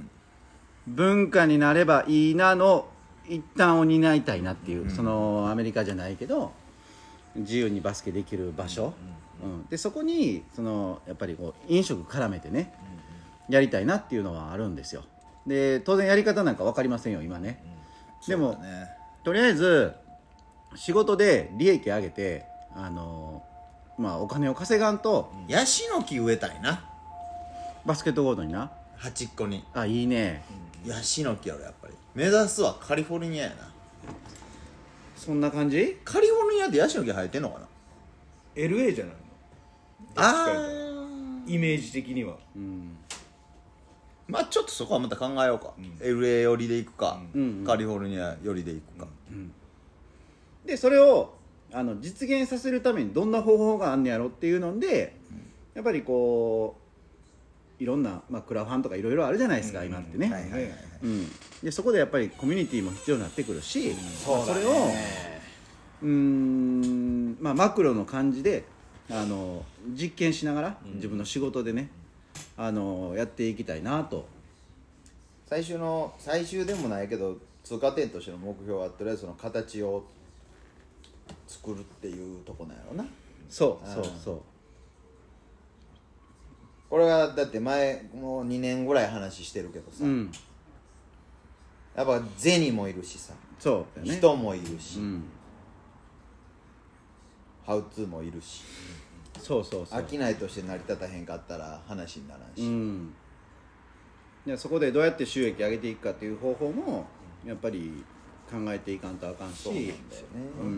A: 文化になればいいなの一端を担いたいなっていう、うん、そのアメリカじゃないけど自由にバスケできる場所、うんうんうん、でそこにそのやっぱりこう飲食絡めてね、うん、やりたいなっていうのはあるんですよ。で当然やり方なんか分かりませんよ今ね、うん、でも、ね、とりあえず仕事で利益上げてあのまあお金を稼がんと、
C: うん、ヤシの木植えたいな
A: バスケットコートにな
C: 端っこに
A: あいいね、
C: うん、ヤシの木やろやっぱり目指すはカリフォルニアやな
A: そんな感じ
C: カリフォルニアってヤシの木生えてんのかな
B: エルエー じゃないの
C: あ
B: イメージ的には、うん、
C: まあちょっとそこはまた考えようか、うん、エルエー 寄りで行くか、うん、カリフォルニア寄りで行くか、うんうん、
A: でそれをあの実現させるためにどんな方法があんねやろっていうので、うん、やっぱりこういろんな、まあ、クラファンとかいろいろあるじゃないですか、うん、今ってね、はいはいはいはい、うん、でそこでやっぱりコミュニティも必要になってくるし、うん、そうだね、それをうーん、まあ、マクロの感じであの実験しながら、うん、自分の仕事でねあのやっていきたいなと。
C: 最終の最終でもないけど通過点としての目標はとりあえずその形を作るっていうとこなんやろうな。
A: そうそうそう。
C: これはだって前もうにねんぐらい話してるけどさ、うん、やっぱ銭もいるしさ、
A: そうだね、
C: 人もいるし、うん、ハウツーもいるし、
A: そうそうそう、
C: 商いとして成り立たへんかったら話にならんし、うん、
A: でそこでどうやって収益上げていくかっていう方法もやっぱり考えていかんとあかんし、そうなんだよね、うん、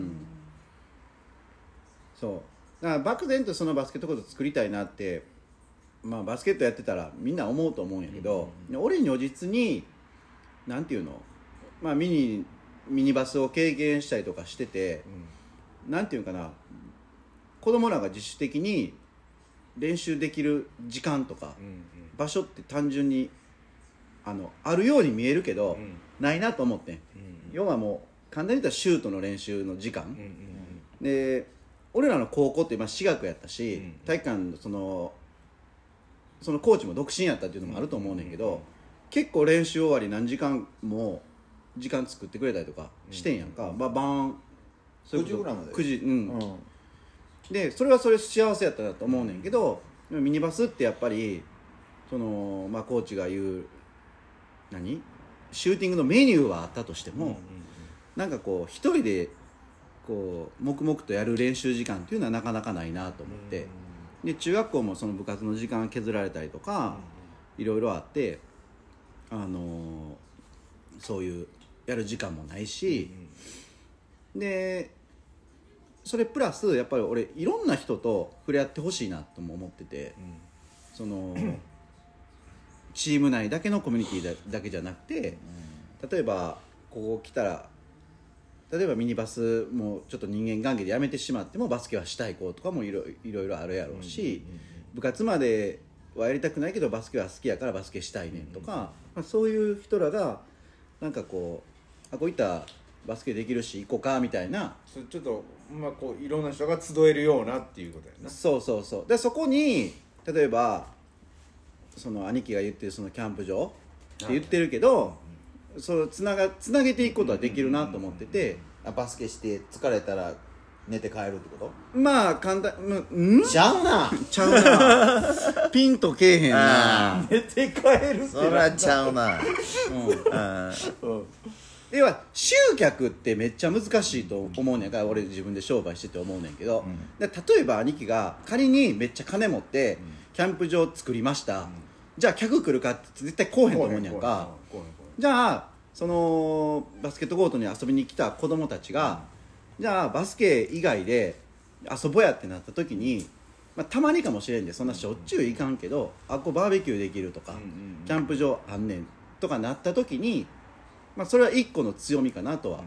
A: そうだから漠然とそのバスケットコート作りたいなってまあバスケットやってたらみんな思うと思うんやけど、うん、俺如実になんていうの、まあ、ミニミニバスを経験したりとかしてて、うん、なんていうかな、子供らが自主的に練習できる時間とか、うんうん、場所って単純に あのあるように見えるけど、うん、ないなと思ってん、うんうん、要はもう簡単に言ったらシュートの練習の時間、うんうんうん、で俺らの高校って今私学やったし、うんうん、体育館のそのそのコーチも独身やったっていうのもあると思うねんけど、うんうんうん、結構練習終わり何時間も時間作ってくれたりとかしてんやんか、うん、まあ晩
C: くじぐらいまで
A: くじ、うん、うん、でそれはそれ幸せやったなと思うねんけど、ミニバスってやっぱりその、まあ、コーチが言う何シューティングのメニューはあったとしても、うんうんうん、なんかこう一人でこう黙々とやる練習時間っていうのはなかなかないなと思って、 で中学校もその部活の時間削られたりとか、いろいろあって、あのー、そういうやる時間もないし、でそれプラスやっぱり俺いろんな人と触れ合ってほしいなとも思ってて、そのチーム内だけのコミュニティ だ, だけじゃなくて、例えばここ来たら例えばミニバスもちょっと人間関係でやめてしまってもバスケはしたい子とかもいろいろいろあるやろうし、部活まではやりたくないけどバスケは好きやからバスケしたいねんとか、まあ、そういう人らがなんかこうあこういったバスケできるし行こうかみたいな、
B: ちょっとまあこういろんな人が集えるようなっていうことやな。
A: そうそうそう。でそこに例えばその兄貴が言ってるそのキャンプ場って言ってるけど、そうつながつなげていくことはできるなと思ってて、
C: あバスケして疲れたら寝て帰るってこと？
A: まあ簡単、ん
C: ちゃうな
A: ちゃうなピンとけえへんな。
B: 寝て帰るって
C: そらちゃうな。
A: うん、うん、要は集客ってめっちゃ難しいと思うねんから、俺自分で商売してて思うねんけど、うん、で例えば兄貴が仮にめっちゃ金持ってキャンプ場作りました、うん、じゃあ客来るかって絶対来おへんと思うねんか。じゃあそのバスケットコートに遊びに来た子供たちが、うん、じゃあバスケ以外で遊ぼうやってなった時に、まあ、たまにかもしれんでそんなしょっちゅういかんけど、あこうバーベキューできるとか、うんうんうん、キャンプ場あんねんとかなった時に、まあ、それは一個の強みかなとは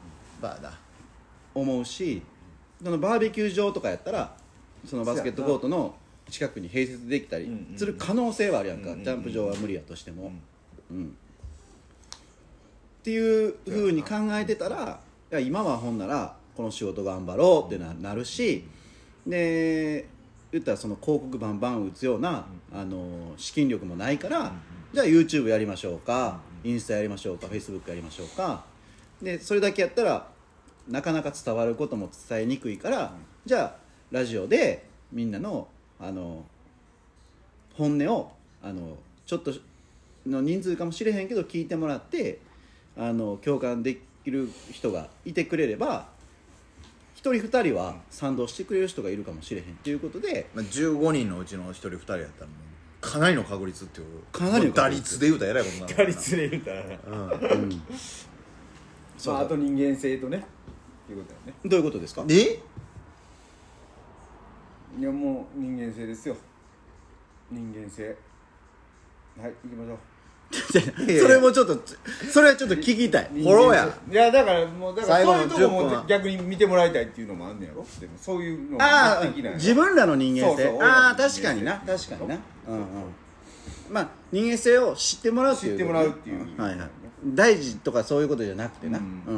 A: 思うし、そのバーベキュー場とかやったらそのバスケットコートの近くに併設できたりする可能性はあるやんか、キャンプ場は無理やとしても、うん、っていう風に考えてたら、いや今はほんならこの仕事頑張ろうって な, なるし、で言ったらその広告バンバン打つような、あの資金力もないから、じゃあ YouTube やりましょうか、インスタやりましょうか、 Facebook やりましょうか。でそれだけやったらなかなか伝わることも伝えにくいから、じゃあラジオでみんなのあの本音をあのちょっとの人数かもしれへんけど聞いてもらって、あの共感できる人がいてくれればひとりふたりは賛同してくれる人がいるかもしれへんということで、
C: まあ、じゅうごにんのうちのひとりふたりやったらもうかなりの確率っていう
A: かなりの
C: 打率で言うたらえらいことになる。
B: 打率で言うたらね、うんうん、そうまあ、あと人間性とねっていうことだよね。
A: どういうことですか？
C: え
B: いやもう人間性ですよ。人間性。はい行きましょう。
A: それもちょっとそれはちょっと聞きたい。
C: フォローや。
B: いやだからもうだからそういうとこも逆に見てもらいたいっていうのもあんねやろ。でもそういうのも
A: 目的なんや。自分らの人間性。
B: そうそう
A: ああ確かにな確かにな。うんうん。まあ人間性を知ってもらうっていう、
B: 知ってもらうっていう、
A: はいはい。大事とかそういうことじゃなくてな。うんうんうん。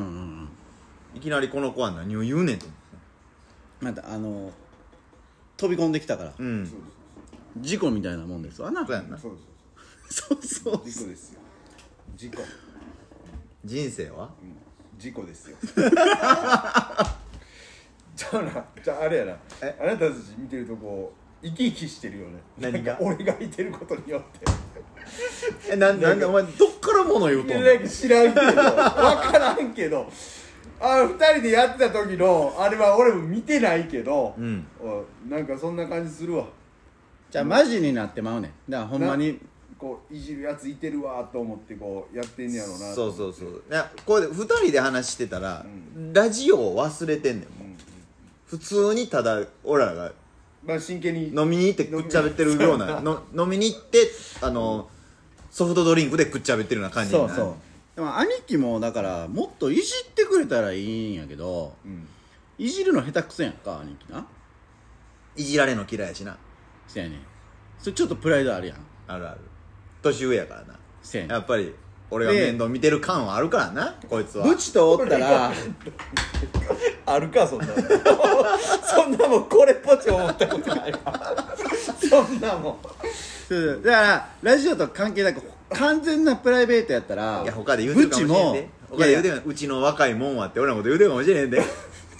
C: いきなりこの子は何を言うねんと。
A: またあの飛び込んできたから。
C: うん。
A: 事故みたいなもんですわな。
C: そうやんな。
B: そうそう
A: そうそう。
B: 事故ですよ。事故。
C: 人生は？
B: うん、事故ですよ。じゃあな、じゃああれやな。あなたたち見てるとこう生き生きしてるよね。
C: 何が？
B: 俺がいてることによって。
C: えななんでお前どっから物言うとんの？
B: 知らんけど、分からんけど。あのふたりでやってた時のあれは俺も見てないけど、うん、なんかそんな感じするわ。
A: じゃあマジになってまうねん。だからほんまに
B: こういじるやついてるわと思ってこうやってんねやろうな。
C: そうそうそう。いやこれでふたりで話してたら、うん、ラジオを忘れてんねんもん、うんうん、普通にただ俺らが
B: まあ真剣に
C: 飲みに行ってくっちゃべってるようなの飲みに行ってあのソフトドリンクでくっちゃべってるような感じになる。
A: そうそう。でも兄貴もだからもっといじってくれたらいいんやけど、うん、いじるの下手くそやんか兄貴な。
C: いじられの嫌いやしな。
A: そうやねん。それちょっとプライドあるやん。
C: あるある。年上やからな。
A: そうやねん。
C: やっぱり俺が面倒見てる感はあるからなこいつは。
A: ブチとおったら
B: あるかそんなの。そんなもんこれっぽち思ったことないわ。そんなもん。
A: そうだからラジオと関係なく完全なプライベートやったら、
C: いや他で言うてるかもしれんで。他で言うてるうちの若いもんはって俺のこと言うてるかもしれんで。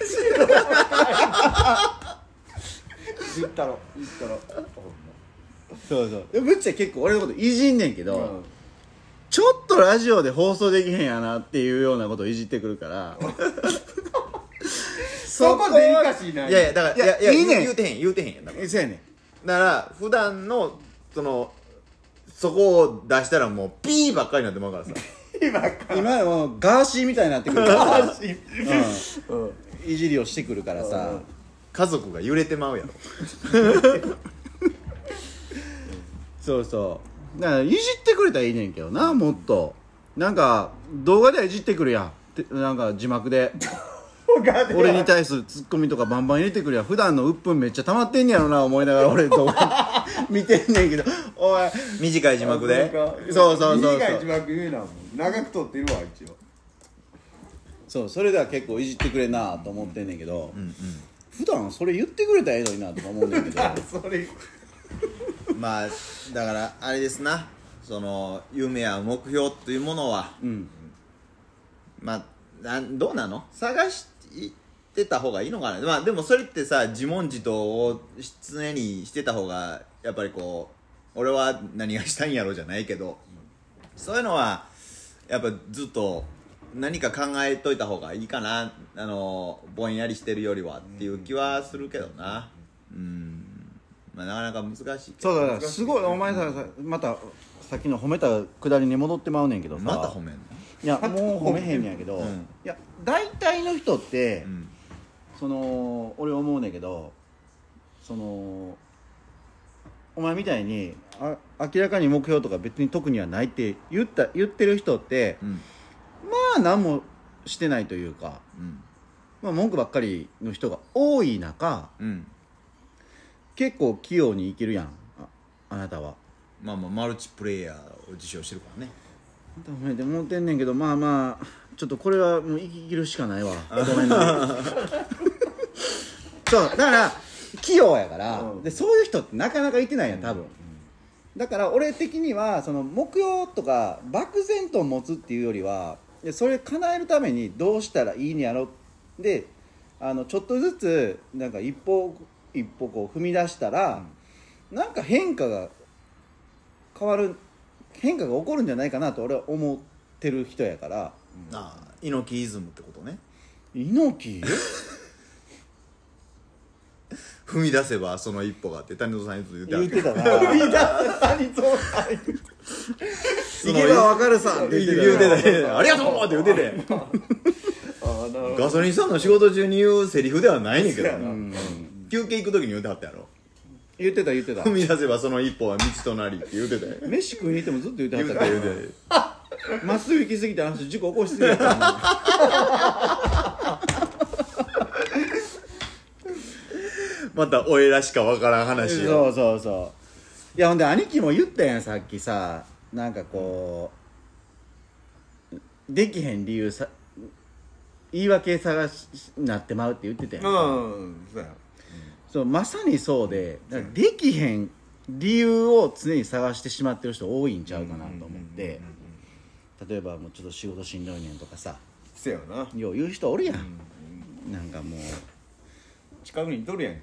B: 言ったろ言ったろ。
A: そうそう。ブッチは結構俺のこといじんねんけど、うん、ちょっとラジオで放送できへんやなっていうようなことをいじってくるから。
B: そこデリカシーない。
C: いやいやだからいやいや
A: いいねん
C: 言うてへん言うてへんやんだから。
A: そうやねん。
C: だから普段のそのそこを出したらもうピーばっかりになってまうからさ
A: 今はもうガーシーみたいになってくるからガーシー、うんうん、いじりをしてくるからさ、うん、
C: 家族が揺れてまうやろ
A: そうそうだからいじってくれたらいいねんけどな、もっとなんか動画ではいじってくるやん、なんか字幕で俺に対するツッコミとかバンバン入れてくるやん。普段の鬱憤めっちゃ溜まってんねやろな思いながら俺動画見てんねんけど、おい
C: 短い字幕で
A: そうそうそうそう
B: 短い字幕言うなもん、長く撮ってるわ一応。
A: そうそれでは結構いじってくれなと思ってんねんけど、うんうん、普段それ言ってくれたらええのになとか思うねんけど
B: それ
C: まあだからあれですな、その夢や目標というものは、うん、まあなんどうなの探してた方がいいのかな。まあでもそれってさ、自問自答を常にしてた方がやっぱりこう俺は何がしたいんやろじゃないけど、そういうのはやっぱずっと何か考えといた方がいいかな、あのぼんやりしてるよりはっていう気はするけどな。うん、まあ、なかなか難しい。
A: そうだからすごいお前さまたさっきの褒めたくだりに戻ってまうねんけどさ、
C: また褒めんの？
A: いやもう褒めへんねんやけど、うん、いや大体の人って、うん、その俺思うねんけど、そのお前みたいにあ明らかに目標とか別に特にはないって言った言ってる人って、うん、まあ何もしてないというか、うん、まあ、文句ばっかりの人が多い中、うん、結構器用にいけるやん あ, あなたは。
C: まあまあマルチプレイヤーを自称してるからね。
A: 褒めてもうてんねんけど、まあまあちょっとこれはもう生き切るしかないわごめんなそうだから器用やから、うん、でそういう人ってなかなかいてないやん多分、うん、だから俺的にはその目標とか漠然と持つっていうよりはそれ叶えるためにどうしたらいいんやろで、あのちょっとずつなんか一歩一歩こう踏み出したら、うん、なんか変化が変わる変化が起こるんじゃないかなと俺は思ってる人やから、
C: うん、ああ猪木イズムってことね。
A: 猪木
C: 踏み出せばその一歩がって谷戸さんいつ言って
A: 言ってたな踏み出せ谷戸さん行けば分かるさって言ってたよ。
C: ありがとうって言っててガソリンスタンドの仕事中に言うセリフではないねんけどな、うん、休憩行く時に言ってはったやろ。
A: 言ってた言ってた
C: 踏み出せばその一歩は道となりって言ってたよ。
A: 飯食いに行ってもずっと言ってはったから言うてまっすぐ行き過ぎてあの人事故起こしすぎやった
C: またお偉しかわからん話
A: よ。そうそうそう。いやほんで兄貴も言ったやんさっきさ、なんかこうできへん理由さ言い訳探しなってまうって言ってたやん。うんそうや。そうまさにそうで、だからできへん理由を常に探してしまってる人多いんちゃうかなと思って、例えばもうちょっと仕事しんどいねんとかさ、
B: せやな
A: よう言う人おるやん、うん、なんかもう
B: 近くにいとるやん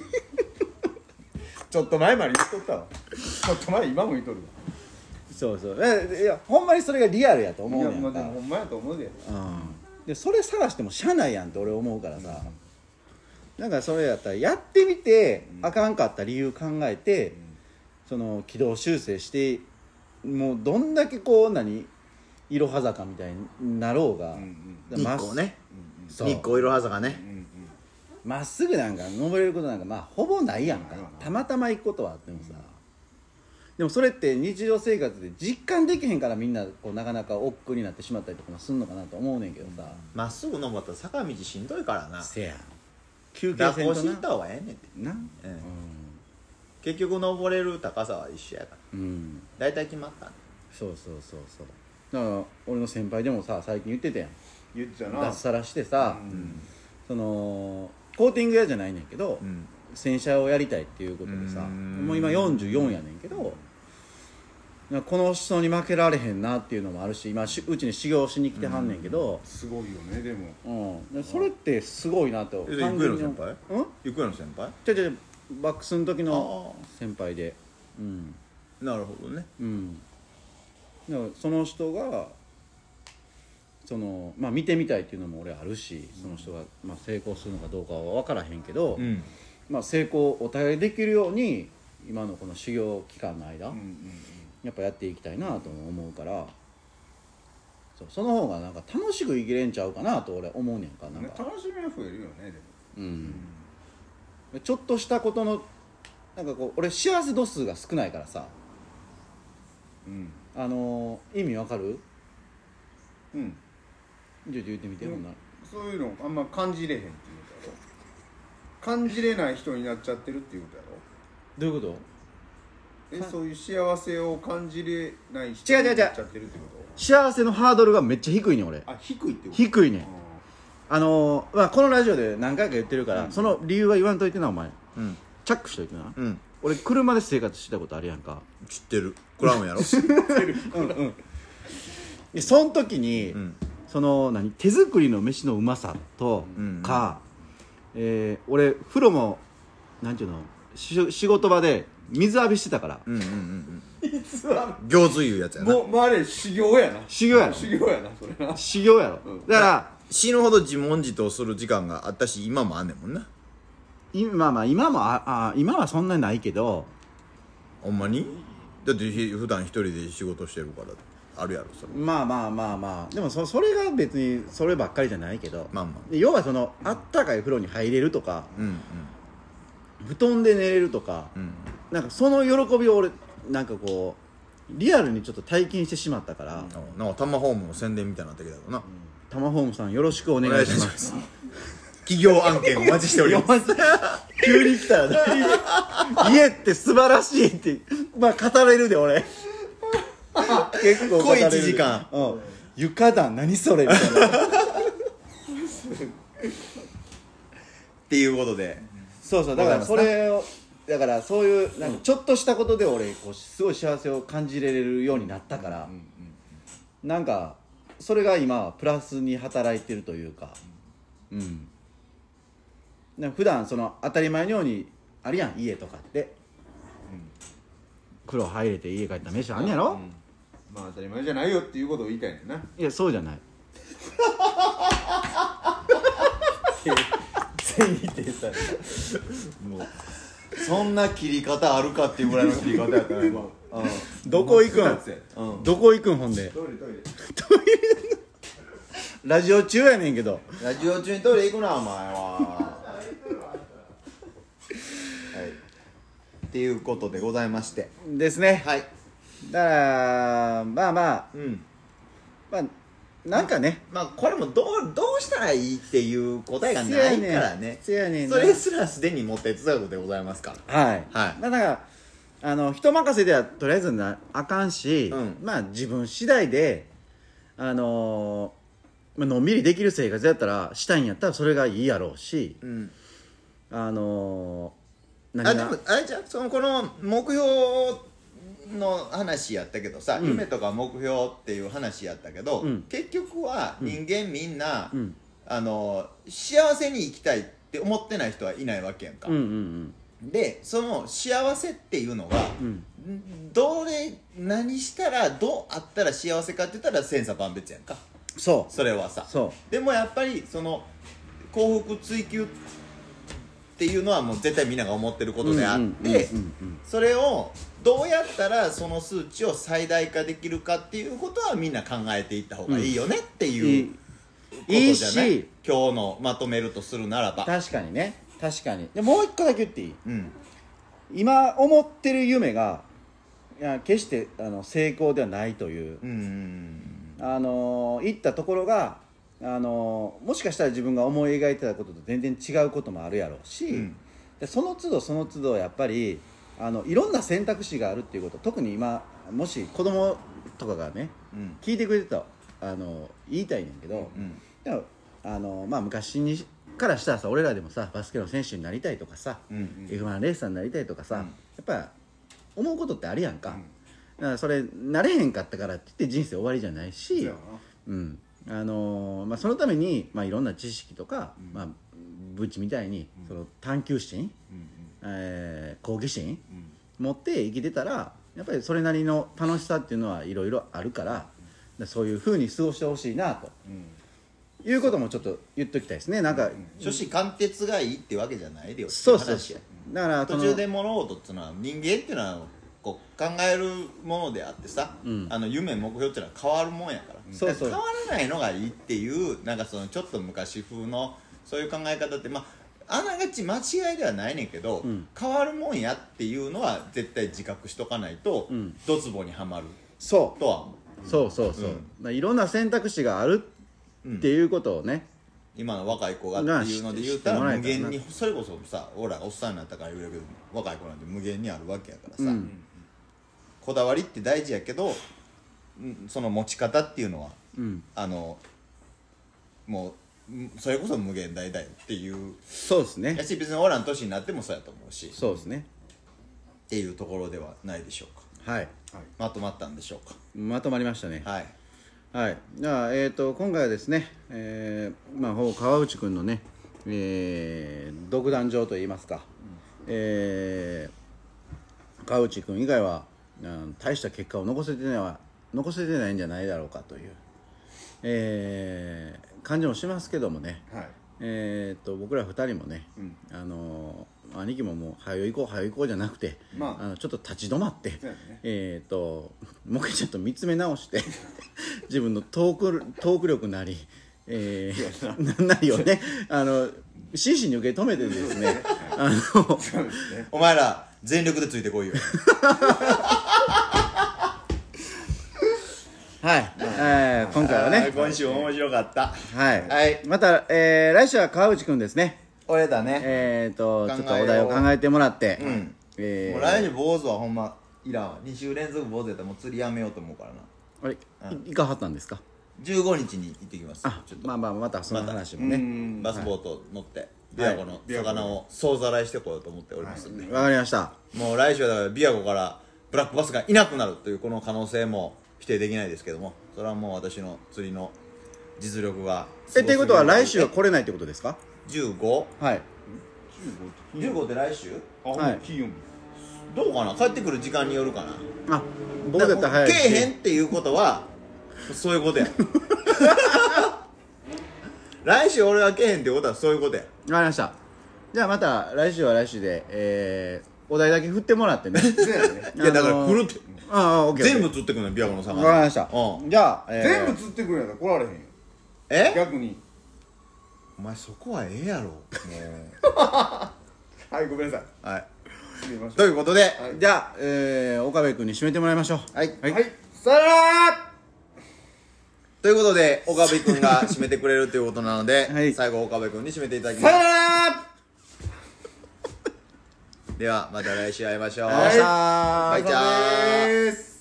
B: ちょっと前まで言っとったわちょっと前今も言っとるわ。
A: そうそういやほんまにそれがリアルやと思うねんか。いや、
B: まあ、でもほんまやと思うで、うん、
A: でそれ探してもしゃあないやんって俺思うからさ、うんなんかそれやったらやってみて、うん、あかんかった理由考えて、うん、その軌道修正してもうどんだけこう何いろは坂みたいになろうが、うん
C: うん、日光ね、うんうん、日光いろは坂ね
A: ま、うんうん、っすぐなんか登れることなんかまあほぼないやんか、うん、たまたま行くことはあってもさ、うん、でもそれって日常生活で実感できへんからみんなこうなかなか億劫になってしまったりとかもすんのかなと思うねんけどさ、
C: まっすぐ登ったら坂道しんどいからな。
A: せや
C: 休憩せんとな蛇行しに行った方がええねんってな、うん、結局登れる高さは一緒やから、うん、大体決まったん、ね、
A: そうそうそうそうだから俺の先輩でもさ最近言ってたやん。
B: 言ってたな
A: 脱サラしてさ、うん、そのコーティング屋じゃないねんけど、うん、洗車をやりたいっていうことでさ、もう今よんじゅうよんやねんけど、この人に負けられへんなっていうのもあるし、今うちに修行しに来てはんねんけど、うん、
B: すごいよねでも、
A: うん、それってすごいなと。
C: え、行くやの先輩？うん？行くやの先輩？
A: じゃじゃバックスの時の先輩で、うん、
C: なるほどね、うん、
A: だからその人がそのまあ見てみたいっていうのも俺あるし、その人がまあ成功するのかどうかは分からへんけど、うん、まあ成功をお互いできるように今のこの修行期間の間、うんうんうん、やっぱやっていきたいなと思うから、そう、その方がなんか楽しく生きれんちゃうかなと俺思うねんか。なんか
B: 楽しみは増えるよねでも、うん
A: うん、ちょっとしたことのなんかこう俺幸せ度数が少ないからさ、うん、あのー、意味わかる？うん。じゃあ言ってみて、ほんなら。
B: そういうのあんま感じれへんっていうことやろ。感じれない人になっちゃってるっていうことやろ。
A: どういうこと？
B: え、そういう幸せを感じれない人になっちゃってるってこと？違う違う違う。
A: 幸せのハードルがめっちゃ低いねん俺。
B: あ、低いってこと？
A: 低いねん。あのー、まあこのラジオで何回か言ってるから、うん、その理由は言わんといてなお前。うん。チャックしといてな。うん。俺車で生活したことあるやんか。
C: 知ってる。クラウンやろ。知ってる。うんうん。
A: でその時に、うん、その何手作りの飯のうまさとか、うんうん、えー、俺風呂もなんていうのし仕事場で水浴びしてたから。うんうんうんうん。
C: 水浴び。行水いうやつやな。
B: もう、もうあれ修行やな。
A: 修行やろ。
B: 修行やなそれな。
A: 修行やろ。うん、だから
C: 死ぬほど自問自答する時間があったし今もあんねんもんな。
A: 今まあ今もああ今はそんなにないけど。
C: ほんまに？だって普段一人で仕事してるからあるやろそれ。
A: まあまあまあまあでも そ, それが別にそればっかりじゃないけど、
C: まあまあ、
A: 要はそのあったかい風呂に入れるとか、うんうん、布団で寝れるとか、うん、なんかその喜びを俺なんかこうリアルにちょっと体験してしまったから、
C: うん、なんかタマホームの宣伝みたいになってきたけどな、うん、
A: タマホームさんよろしくお願いします
C: 企業案件お待ちしております
A: 急に来たら家って素晴らしいってまあ語れるで俺結構語れる。
C: 小いちじかん、
A: うん、床暖何それみたいな
C: っていうことで、
A: そうそうだからそれをだからそういうなんかちょっとしたことで俺こうすごい幸せを感じれるようになったから、なんかそれが今はプラスに働いてるというか、うん、なんか普段その当たり前のようにあるやん家とかって、うん、風呂入れて家帰ったら飯あんねやろ、うん、
B: まあ当たり前じゃないよっていうことを言いたいねんな。
A: いやそうじゃない全否定された
C: もうそんな切り方あるかっていうぐらいの切り方やったら今、うん、
A: どこ行くん、うん、どこ行くんほんで
B: トイレトイレ
A: トイレラジオ中やねんけど
C: ラジオ中にトイレ行くなお前ははいっていうことでございまして
A: ですね。
C: はい
A: だからまあまあ、うん、まあなんかね、
C: まあこれもどうどうしたらいいっていう答えがないからね。
A: せやねん。
C: それすらすでにもって哲学でございますから。
A: はい。はい。だからあの人任せではとりあえずなあかんし、うん、まあ自分次第であのー、のんびりできる生活やったらしたいんやったらそれがいいやろうし、うん、あの
C: ー、何があでもあれじゃそのこの目標の話やったけどさ、うん、夢とか目標っていう話やったけど、うん、結局は人間みんな、うん、あの幸せに生きたいって思ってない人はいないわけやんか、うんうんうん、でその幸せっていうのが、うん、どれ何したらどうあったら幸せかって言ったら千差万別やんか。
A: そう
C: それはさ
A: そう
C: でもやっぱりその幸福追求っていうのはもう絶対みんなが思ってることであってそれをどうやったらその数値を最大化できるかっていうことはみんな考えていった方がいいよねっていうことじゃない、いいし今日のまとめるとするならば
A: 確かにね確かにでもう一個だけ言っていい、うん、今思ってる夢がいや決してあの成功ではないという、うん、あの言ったところがあのもしかしたら自分が思い描いてたことと全然違うこともあるやろうし、うん、でその都度その都度やっぱりあのいろんな選択肢があるっていうこと特に今もし子供とかがね、うん、聞いてくれてたあの言いたいねんけど、うん、でもあの、まあ、昔にからしたらさ俺らでもさバスケの選手になりたいとかさ、うんうん、エフワン レーサーになりたいとかさ、うん、やっぱ思うことってあるやんか、うん、だからそれなれへんかったからって言って人生終わりじゃないし、うんあのーまあ、そのために、まあ、いろんな知識とか、うんまあ、ブチみたいに、うん、その探求心、うんえー、好奇心、うん、持って生きてたらやっぱりそれなりの楽しさっていうのはいろいろあるから、うん、そういう風に過ごしてほしいなと、うん、いうこともちょっと言っときたいですねなんか、うん、
C: 初志貫徹がいいってわけじゃないでよ
A: そうそうそうだから
C: 途中で物事っていうのは人間っていうのはこう考えるものであってさ、うん、あの夢目標っていうのは変わるもんやから、
A: そうそう、
C: 変わらないのがいいっていうなんかそのちょっと昔風のそういう考え方ってまああながち間違いではないねんけど、うん、変わるもんやっていうのは絶対自覚しとかないと、うん、ドツボにはまる
A: そう
C: とは思
A: う。そうそうそう、うん、いろんな選択肢があるっていうことをね、
C: うん、今の若い子がっていうので言うたら無限に、それこそさ俺らおっさんになったから言うけど若い子なんて無限にあるわけやからさ、うん、こだわりって大事やけどその持ち方っていうのは、うん、あのもうそれこそ無限大だよっていう。
A: そうですね。
C: やし別に俺らの年になってもそうやと思うし、
A: そうですね
C: っていうところではないでしょうか。はい、はい、まとまったんでしょうか。
A: まとまりましたね。
C: はい
A: はい。じゃあ、えー、と今回はですね、えーまあ、ほぼ川内くんのね、えー、独壇場といいますか、うん、えー、川内くん以外は、うん、大した結果を残せてないは残せてないんじゃないだろうかという、えー、感じもしますけどもね、はい、えー、と僕らふたりもね、うん、あのー、兄貴ももう早行こう早行こうじゃなくて、まあ、あのちょっと立ち止まって、ね、えー、ともう一回ちょっと見つめ直して自分のトーク、トーク力なり、えー、なりをねあの真摯に受け止めてですねあのそうですね、
C: お前ら全力でついてこいよ
A: はい、えー、今回はね
C: 今週面白かった。
A: はい、はい、また、えー、来週は川内くんですね。
C: 俺だね。
A: えーとちょっとお題を考えてもらって、うん、
C: えー、もう来週坊主はほんまいらんわ。に週連続坊主やったらもう釣りやめようと思うからな。
A: あれ、うん、いかはったんですか。
C: じゅうごにちに行ってきます。
A: あ、ちょっとまあまあまたその話もね、
C: バスボート乗って琵琶湖の魚を総ざらいしてこようと思っておりますんで。
A: わかりました。
C: もう来週はだから琵琶湖からブラックバスがいなくなるというこの可能性も否定できないですけども、それはもう私の釣りの実力が
A: えっていうことは来週は来れないってことですか。
C: じゅうご？
A: はい
C: じゅうごって来週？
B: あ、はい、金曜日
C: どうかな、帰ってくる時間によるかな。
A: あ、僕だったら早い
C: し、けえへんっていうことはそういうことや来週俺がけえへんってことはそういうことや。
A: わかりました。じゃあまた来週は来週で、えー、お題だけ振ってもらってね
C: いやだから来るって
A: ああ、オッケー。
C: 全部釣ってくるの、琵琶湖の魚。
A: わかりました。うん。じゃあ、
B: えー、全部釣ってくるんやったら来られへんよ。
C: え？
B: 逆に。
C: お前そこはええやろ。もう。
B: はい、ごめんなさい。
C: はい。ということで、はい、
A: じゃあ、えー、岡部君に締めてもらいましょう。
C: はい。
B: はい。はい、さよなら。
C: ということで、岡部君が締めてくれるということなので、はい、最後岡部君に締めていただきます。
B: さよなら。
C: ではまた来週会いましょう。
A: バイチャー。
C: バイチャー。